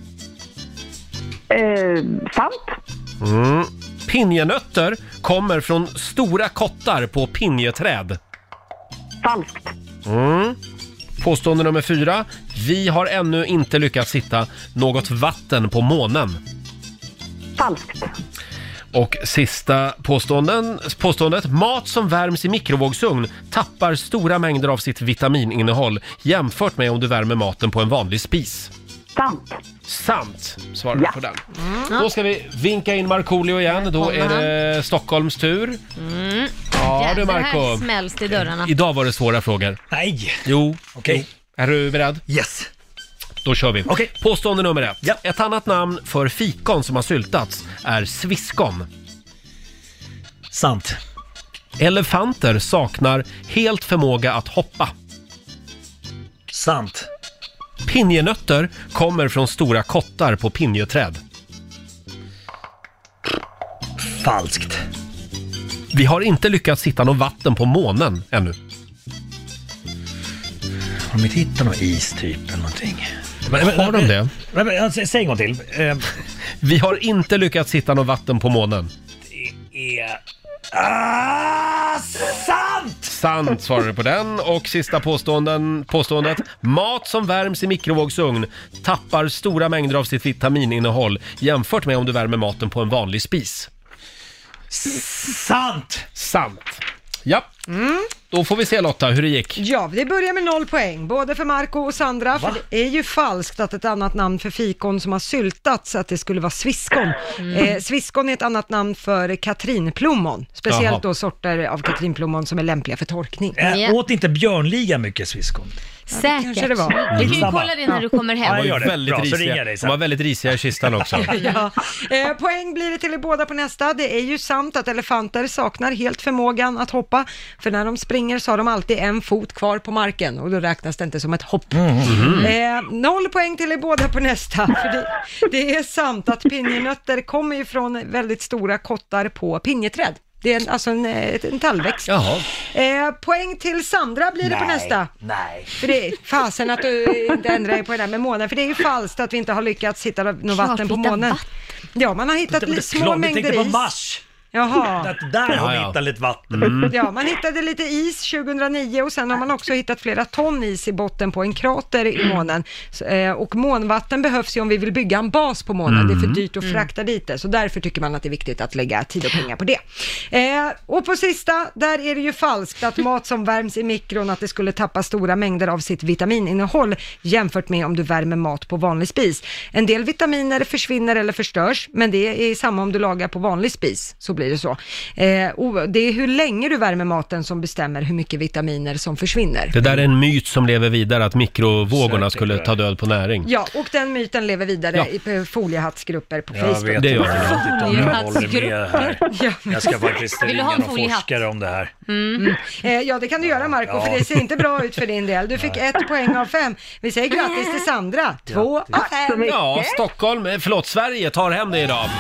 Eh, sant. Mm. Pinjenötter kommer från stora kottar på pinjeträd. Falskt. Mm. Påstående nummer fyra. Vi har ännu inte lyckats hitta något vatten på månen. Falskt. Och sista påståenden, påståendet. Mat som värms i mikrovågsugn tappar stora mängder av sitt vitamininnehåll jämfört med om du värmer maten på en vanlig spis. Sant. Sant, svarar du Ja. på den. Då ska vi vinka in Markoolio igen. Då är det Stockholms tur. Mm. Ja du, Jädrar, Marco. här smälls det i dörrarna. Idag var det svåra frågor. Nej. Jo. Okej. Är du beredd? Yes. Då kör vi. Okej. Påstående nummer ett. Ja. Ett annat namn för fikon som har syltats är sviskon. Sant. Elefanter saknar helt förmåga att hoppa. Sant. Pinjenötter kommer från stora kottar på pinjeträd. Falskt. Vi har inte lyckats hitta något vatten på månen ännu. Har de inte hittat någon is typ eller någonting? Har de det? Men, men, sä- Säg en gång till. Eh, Vi har inte lyckats hitta något vatten på månen. Det är... Ah, sant! Sant svarar du på den. Och sista påståenden, påståendet. Mat som värms i mikrovågsugn tappar stora mängder av sitt vitamininnehåll jämfört med om du värmer maten på en vanlig spis. Sant! Sant. Ja. Då får vi se Lotta hur det gick. Ja, det börjar med noll poäng, både för Marco och Sandra, för det är ju falskt att ett annat namn för fikon som har syltats, att det skulle vara sviskon. Eh, sviskon är ett annat namn för katrinplommon, speciellt Jaha. då sorter av katrinplommon som är lämpliga för torkning. Äh, Ja. Åt inte björnliga mycket sviskon? Säkert. kanske det var. Du kan ju Samma. kolla det när du kommer Ja, hem. jag gör De var det. väldigt Bra, så ringer risiga. jag dig De sen. var väldigt risiga i kistan också. Ja. Eh, poäng blir det till er båda på nästa. Det är ju sant att elefanter saknar helt förmågan att hoppa, för när de springer så har de alltid en fot kvar på marken och då räknas det inte som ett hopp. Eh, noll poäng till er båda på nästa, för det, det är sant att pinjenötter kommer ju från väldigt stora kottar på pinjeträd. Det är en, alltså en, en tallväxt. Jaha. Eh, poäng till Sandra blir det på nästa. Nej. För det är fasen att du inte ändrar dig på det där med månen, för det är ju falskt att vi inte har lyckats hitta något Klart vatten på hitta månen. vatten. Ja, man har hittat li- små Klart, vi mängder tänkte på is. Mars. Jaha. Att där har vi Ja, ja. hittat lite vatten. Ja, man hittade lite is tjugohundranio och sen har man också hittat flera ton is i botten på en krater i månen. Så, eh, och månvatten behövs ju om vi vill bygga en bas på månen. Det är för dyrt att frakta dit det, så därför tycker man att det är viktigt att lägga tid och pengar på det. Eh, och på sista, där är det ju falskt att mat som värms i mikron, att det skulle tappa stora mängder av sitt vitamininnehåll jämfört med om du värmer mat på vanlig spis. En del vitaminer försvinner eller förstörs, men det är samma om du lagar på vanlig spis, så blir det så. Eh, och det är hur länge du värmer maten som bestämmer hur mycket vitaminer som försvinner. Det där är en myt som lever vidare, att mikrovågorna skulle ta död på näring. Ja, och den myten lever vidare Ja. i på foliehattsgrupper på Jag Facebook. vet Det gör inte det. riktigt om jag håller med här. Ja. Jag ska faktiskt Vill du ringa ha en någon foliehatt? forskare om det här. Mm. Eh, ja, det kan du göra Marco, Ja. för det ser inte bra ut för din del. Du fick ett poäng av fem. Vi säger grattis till Sandra. Två av fem. Ja, Stockholm, eh, förlåt, Sverige tar hem det idag.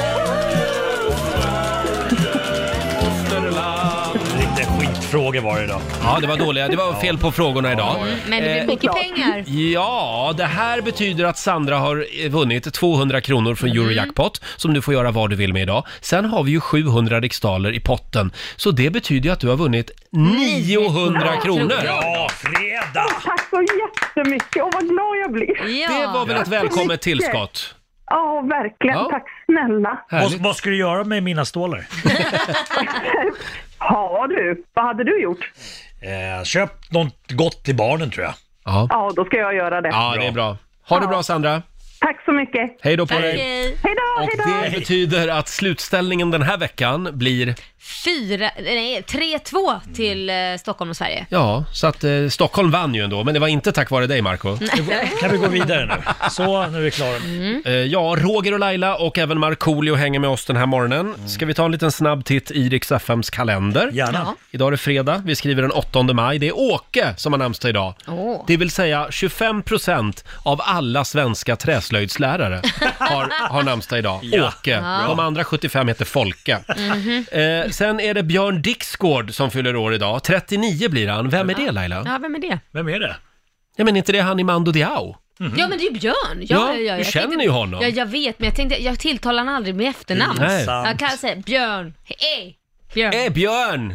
Riktiga skitfrågor var det idag. Ja, det var dåliga. Det var fel på frågorna idag. Men det blir Eh, mycket pengar. Ja, det här betyder att Sandra har eh, vunnit tvåhundra kronor från Eurojackpot som du får göra vad du vill med idag. Sen har vi ju sjuhundra riksdaler i potten. Så det betyder ju att du har vunnit niohundra kronor. Ja, fredag! Tack så jättemycket och vad glad jag blir. Ja. Det var väl ett välkommet tillskott? Ja, verkligen. Ja. Tack snälla. Vad, vad ska du göra med mina stålar? Ja du, vad hade du gjort? Eh, köp något gott till barnen tror jag. Ja, Ja, då ska jag göra det. ja det är bra. Ha det bra Sandra. Tack så mycket. Hej då på Tack, dig. hej. Hej då, Och hej då. det betyder att slutställningen den här veckan blir, Fyra, nej, tre två till eh, Stockholm och Sverige. ja, så att eh, Stockholm vann ju ändå, men det var inte tack vare dig Marco. Kan vi gå vidare nu? Så, nu är vi klara. Eh, ja, Roger och Laila och även Markoolio hänger med oss den här morgonen. Ska vi ta en liten snabb titt i Rix F M's kalender? Gärna. Ja. Idag är det fredag, vi skriver den åttonde maj. Det är Åke som har namnsdag idag. Åh. Det vill säga tjugofem procent av alla svenska träslöjdslärare har, har namnsdag idag. Ja. Åke. De andra sjuttiofem heter Folke. Eh, sen är det Björn Dixgård som fyller år idag. trettionio blir han. Vem är det Laila? Ja, vem är det? Vem är det? Ja, men inte det han i Mando Diao? Ja, men det är ju Björn. Ja, Ja, du jag känner tänkte- ju honom. Ja, jag vet, men jag tänkte, jag tilltalar honom aldrig med efternamn. Nej. Jag kan säga Björn. Hej! Björn. Eh, Björn!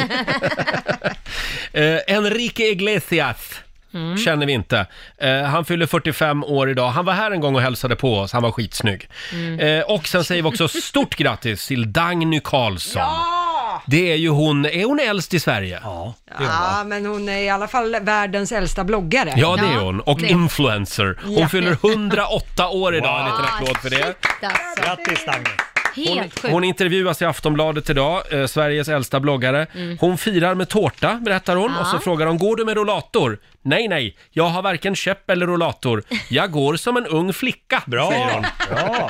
eh, Enrique Iglesias. Känner vi inte. Eh, han fyller fyrtiofem år idag. Han var här en gång och hälsade på oss. Han var skitsnygg. Eh, och sen säger vi också stort grattis till Dagny Karlsson. Det är ju hon, är hon äldst i Sverige? Ja. Ja, men hon är i alla fall världens äldsta bloggare. Ja, det är Ja, hon. Och det. influencer. Hon Ja. fyller hundraåtta år idag. En liten applåd för det. Shit, alltså. Grattis Dagny! Hon, Helt sjukt. hon intervjuas i Aftonbladet idag, eh, Sveriges äldsta bloggare. Hon firar med tårta, berättar hon. Ja. Och så frågar hon, går du med rollator? Nej, nej, jag har varken käpp eller rollator. Jag går som en ung flicka, Bra! säger hon. Bra!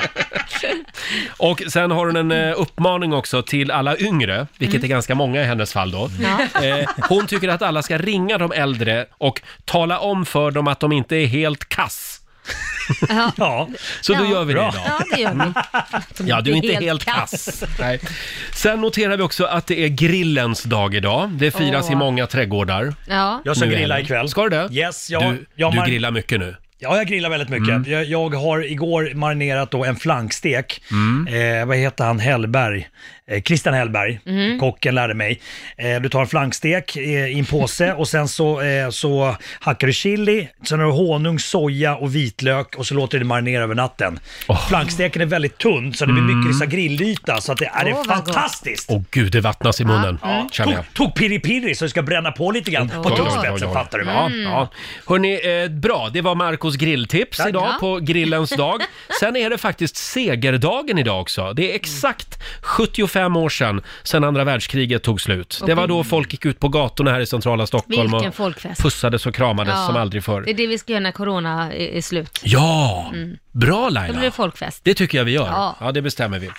Och sen har hon en eh, uppmaning också till alla yngre, vilket är ganska många i hennes fall då. Ja. Eh, hon tycker att alla ska ringa de äldre och tala om för dem att de inte är helt kass. Ja. Ja. Så då Ja. gör vi det Bra. idag. Ja, det gör vi. Som Ja, du är inte helt helt kass. kass. Nej. Sen noterar vi också att det är grillens dag idag. Det firas Åh. i många trädgårdar. Ja. Jag ska Nu är grilla det. ikväll. Ska du det? Yes, jag, Du, jag du mar- grillar mycket nu. Ja, jag grillar väldigt mycket. Jag, jag har igår marinerat då en flankstek. Eh, vad heter han? Hellberg. Eh, Christian Hellberg, kocken, lärde mig. Eh, du tar en flankstek eh, i en påse och sen så, eh, så hackar du chili, sen har du honung, soja och vitlök och så låter du det marinera över natten. Flanksteken är väldigt tunn så det blir mycket så grillyta så att det är Åh, det vad gott. fantastiskt. Åh gud, det vattnas i munnen, känner jag. Tog, tog piri-piri så det ska bränna på lite grann på Oj, oj, oj, tuggspetsen, oj. fattar du va? Ja, ja. Hörrni, eh, bra. Det var Marcos grilltips Tack. idag Ja. på grillens dag. Sen är det faktiskt segerdagen idag också. Det är exakt sjuttiofem år sedan, sedan andra världskriget tog slut. Det var då folk gick ut på gatorna här i centrala Stockholm Vilken och folkfest. pussades och kramades Ja. som aldrig förr. Det är det vi ska göra när corona är, är slut. Ja, bra Då Laila. blir det folkfest. Det tycker jag vi gör. Ja, Ja. det bestämmer vi.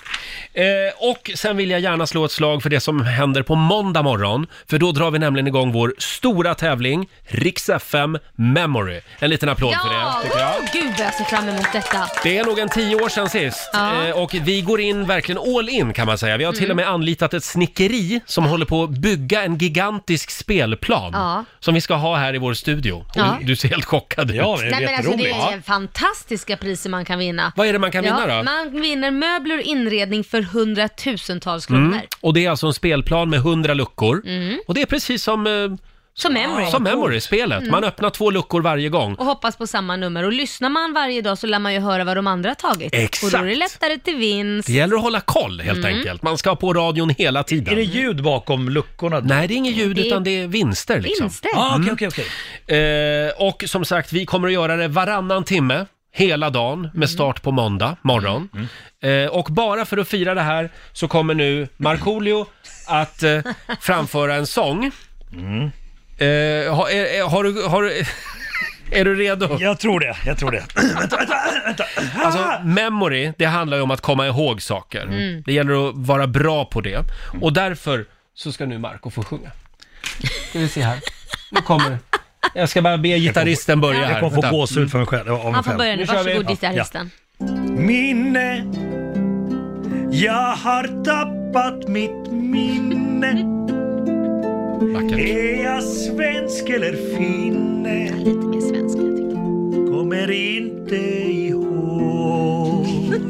Eh, och sen vill jag gärna slå ett slag för det som händer på måndag morgon. För då drar vi nämligen igång vår stora tävling, Rix F M Memory. En liten applåd för Ja, det, tycker jag. oh, gud vad jag ser fram emot detta. Det är nog en tio år sedan sist. Ja. Eh, och vi går in verkligen all in kan man säga. Vi har till och med anlitat ett snickeri som håller på att bygga en gigantisk spelplan. Ja. Som vi ska ha här i vår studio. Och Ja. Du, du ser helt chockad ut. Ja, det är Nej, men alltså, det jätteroligt. är fantastiska priser man kan vinna. Vad är det man kan vinna då? Man vinner möbler och inredning för hundratusentals kronor. Och det är alltså en spelplan med hundra luckor. Mm. Och det är precis som, eh, Som Memory. som Memory-spelet. Man öppnar två luckor varje gång. Och hoppas på samma nummer. Och lyssnar man varje dag så lär man ju höra vad de andra har tagit. Exakt. Och då är det lättare till vinst. Det gäller att hålla koll helt Mm. enkelt. Man ska ha på radion hela tiden. Är det ljud bakom luckorna? Nej, det är inget ljud Det är utan det är vinster liksom. Vinster. Ah, okej, okej, okej. Eh, och som sagt, vi kommer att göra det varannan timme. hela dagen med start på måndag morgon. Mm. Eh, och bara för att fira det här så kommer nu Markoolio att eh, framföra en sång. Mm. Eh, har, är, har du... Har, är du redo? Jag tror det, jag tror det. vänta, vänta, vänta. Alltså, memory, det handlar ju om att komma ihåg saker. Mm. Det gäller att vara bra på det. Och därför så ska nu Marco få sjunga. Ska vi se här. Nu kommer det. Jag ska bara be gitarristen börja här. Jag kommer få gåshud för mig själv. Av mig Han får själv. börja nu, varsågod gitarristen. Ja. Minne, jag har tappat mitt minne. Vackert. Är jag svensk eller finne? Ja, lite mer svensk, jag tycker. Kommer inte ihåg.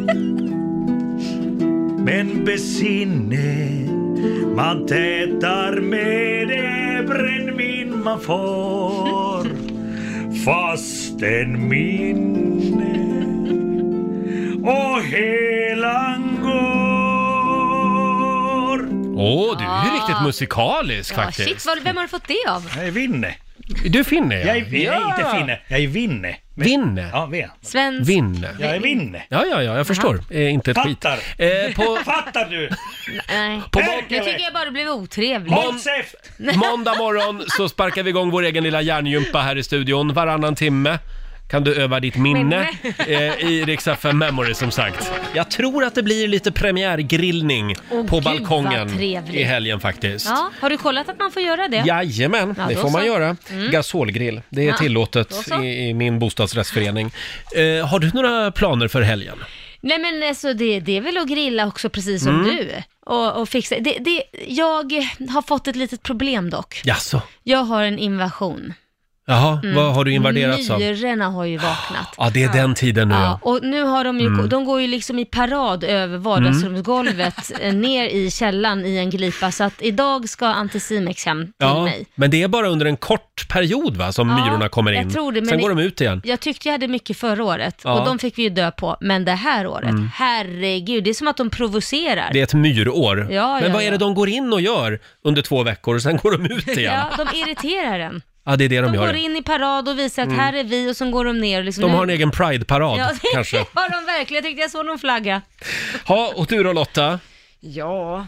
Men besinne, man tätar med det brännvin man får. Fast en minne och helan går. Åh, du är ju Ah. riktigt musikalisk Ja, faktiskt. shit, vad, vem har fått det av? Jag är vinne. Du finner ja. Jag är, jag är inte finne, jag är vinne. Vinne? Ja, V. Svensk. Vinne. Jag är vinne. Ja, ja, ja, jag förstår. Eh, inte ett Fattar. skit. Eh, på, Fattar du? Nej, På nu må- tycker jag bara det blev otrevligt. Håll käft! måndag morgon så sparkar vi igång vår egen lilla hjärngympa här i studion. Varannan timme kan du öva ditt minne eh, i Rix F M Memory som sagt. Jag tror att det blir lite premiärgrillning Åh, på gud, balkongen vad trevligt. i helgen faktiskt. Ja, har du kollat att man får göra det? Jajamän, Ja, det då får man så. göra. Mm. Gasolgrill, det är Ja, då tillåtet så. i, i min bostadsrättsförening. Eh, har du några planer för helgen? Nej men alltså det, det är väl att grilla också precis som Mm. du. Och, och fixa. Det, det, jag har fått ett litet problem dock. Jaså? Jag har en invasion. Jaha, Mm. vad har du invaderats av? Myrorna har ju vaknat. Ja, det är den tiden nu. Ja, Ja. och nu har de ju, Mm. de går ju liksom i parad över vardagsrumsgolvet eh, ner i källan i en glipa. Så att idag ska Anticimex hem till Ja, mig. men det är bara under en kort period va, som Ja, myrorna kommer in. jag tror det, men Sen går det- de ut igen. Jag tyckte jag hade mycket förra året Ja. och de fick vi ju dö på. Men det här året, Mm. herregud, det är som att de provocerar. Det är ett myrår. Ja, men ja, vad är det ja. de går in och gör under två veckor och sen går de ut igen? Ja, de irriterar en. Ja, det är det de, De gör. går in i parad och visar att Mm. här är vi och så går de ner. Och liksom De nu- har en egen Pride-parad Ja, det kanske. har de verkligen. Jag tyckte jag såg någon flagga. Ja, och du då Lotta? Ja,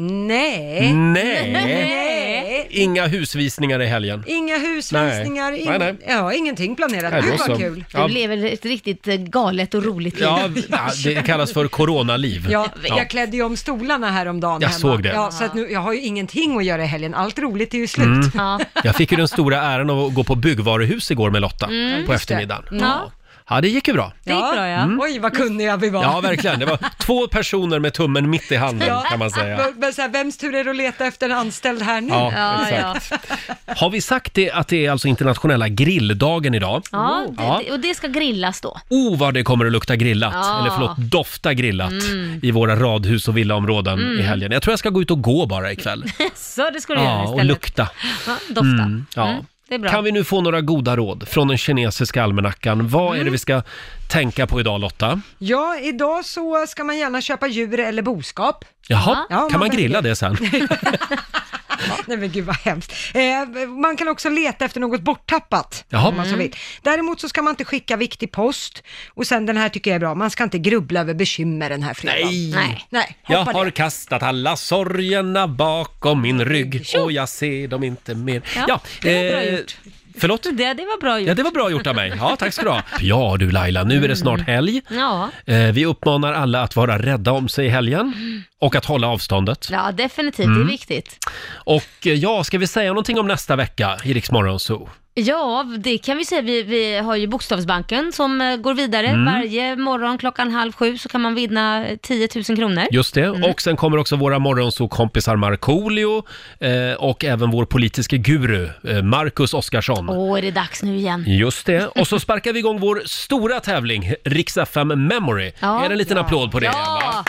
nej. Nej. Nej. Inga husvisningar i helgen. Inga husvisningar, Nej. in... Nej, nej. ja, ingenting planerat. Nej, Gud då vad så. kul. Ja. Det blev väl ett riktigt eh, galet och roligt liv. Ja, ja, det kallas för coronaliv. Ja, jag klädde ju om stolarna häromdagen Jag hemma. såg det. Ja, så att nu, jag har ju ingenting att göra i helgen. Allt roligt är ju slut. Mm. Ja. Jag fick ju den stora äran att gå på byggvaruhus igår med Lotta Mm, på just det. eftermiddagen. Mm. Ja. Ja, det gick ju bra. Det gick bra, ja. Mm. Oj, vad kunniga vi var. Ja, verkligen. Det var två personer med tummen mitt i handen Ja, kan man säga. Men, men så här, vems tur är det att leta efter en anställd här nu? Ja, Ja, exakt. Har vi sagt det att det är alltså internationella grilldagen idag? Ja, det, Ja. det, och det ska grillas då. Oh, vad det kommer att lukta grillat, Ja. eller förlåt, dofta grillat Mm. i våra radhus och villaområden Mm. i helgen. Jag tror jag ska gå ut och gå bara ikväll. Så det ska du göra Ja, istället. och lukta. Ja, dofta. Mm, ja. Mm, det är bra. Kan vi nu få några goda råd från den kinesiska almanackan? Vad Mm. är det vi ska tänka på idag, Lotta? Ja, idag så ska man gärna köpa djur eller boskap. Jaha, Ja, kan man väljer grilla det sen? Nej men gud vad hemskt. Eh, man kan också leta efter något borttappat. Jaha. Om man så Mm. vill. Däremot så ska man inte skicka viktig post. Och sen den här tycker jag är bra. Man ska inte grubbla över bekymmer den här fredagen. Nej. Nej, Nej Jag hoppa har det. kastat alla sorgerna bakom min rygg och jag ser dem inte mer. Ja, det var bra eh, gjort. Förlåt? Det, det var bra gjort. Ja, det var bra gjort av mig. Ja, tack ska du ha. Ja du Laila, nu är det snart helg. Ja. Eh, vi uppmanar alla att vara rädda om sig i helgen och att hålla avståndet. Ja, definitivt. Mm. Det är viktigt. Och eh, ja, ska vi säga någonting om nästa vecka i Rix Morgon Zoo? Ja, det kan vi säga. Vi, vi har ju Bokstavsbanken som eh, går vidare. Mm. Varje morgon klockan halv sju så kan man vinna tio tusen kronor. Just det, Mm. och sen kommer också våra morgonzoo-kompisar Markoolio eh, och även vår politiska guru eh, Marcus Oskarsson. Åh, är det dags nu igen? Just det, och så sparkar vi igång vår stora tävling, Rix F M Memory. Ja. Är det en liten Ja. applåd på det? Ja. Va?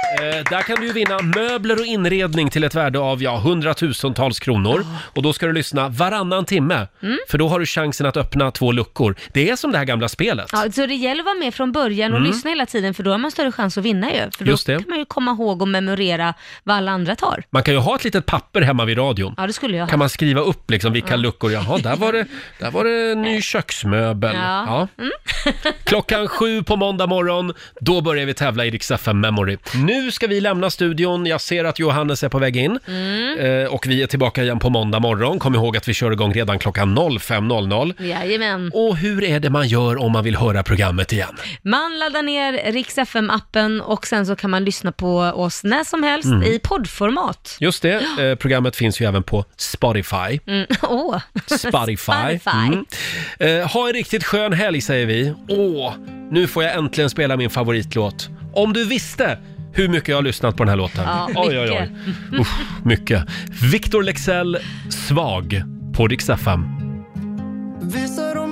Eh, där kan du ju vinna möbler och inredning till ett värde av ja, hundratusentals kronor. Oh. Och då ska du lyssna varannan timme. Mm. För då har du chansen att öppna två luckor. Det är som det här gamla spelet. Ja, så det gäller att vara med från början och mm. lyssna hela tiden. För då har man större chans att vinna ju. För då Just det. kan man ju komma ihåg och memorera vad alla andra tar. Man kan ju ha ett litet papper hemma vid radion. Ja, det skulle jag ha. Kan man skriva upp liksom vilka ja. luckor. Jaha, där var det, där var det en ny köksmöbel. Ja. Ja. Mm. Klockan sju på måndag morgon, då börjar vi tävla i Rix F M Memory. Nu ska vi lämna studion. Jag ser att Johannes är på väg in. Mm. Eh, och vi är tillbaka igen på måndag morgon. Kom ihåg att vi kör igång redan klockan fem noll noll. Jajamän. Och hur är det man gör om man vill höra programmet igen? Man laddar ner Rix F M-appen och sen så kan man lyssna på oss när som helst mm. i poddformat. Just det. Eh, programmet finns ju även på Spotify. Mm. Oh. Spotify. Spotify. Mm. Eh, ha en riktigt skön helg, säger vi. Åh, nu får jag äntligen spela min favoritlåt. Om du visste hur mycket jag har lyssnat på den här låten. Ja, oj, oj, oj. Uff, mycket. Victor Leksell, Svag på Rix F M.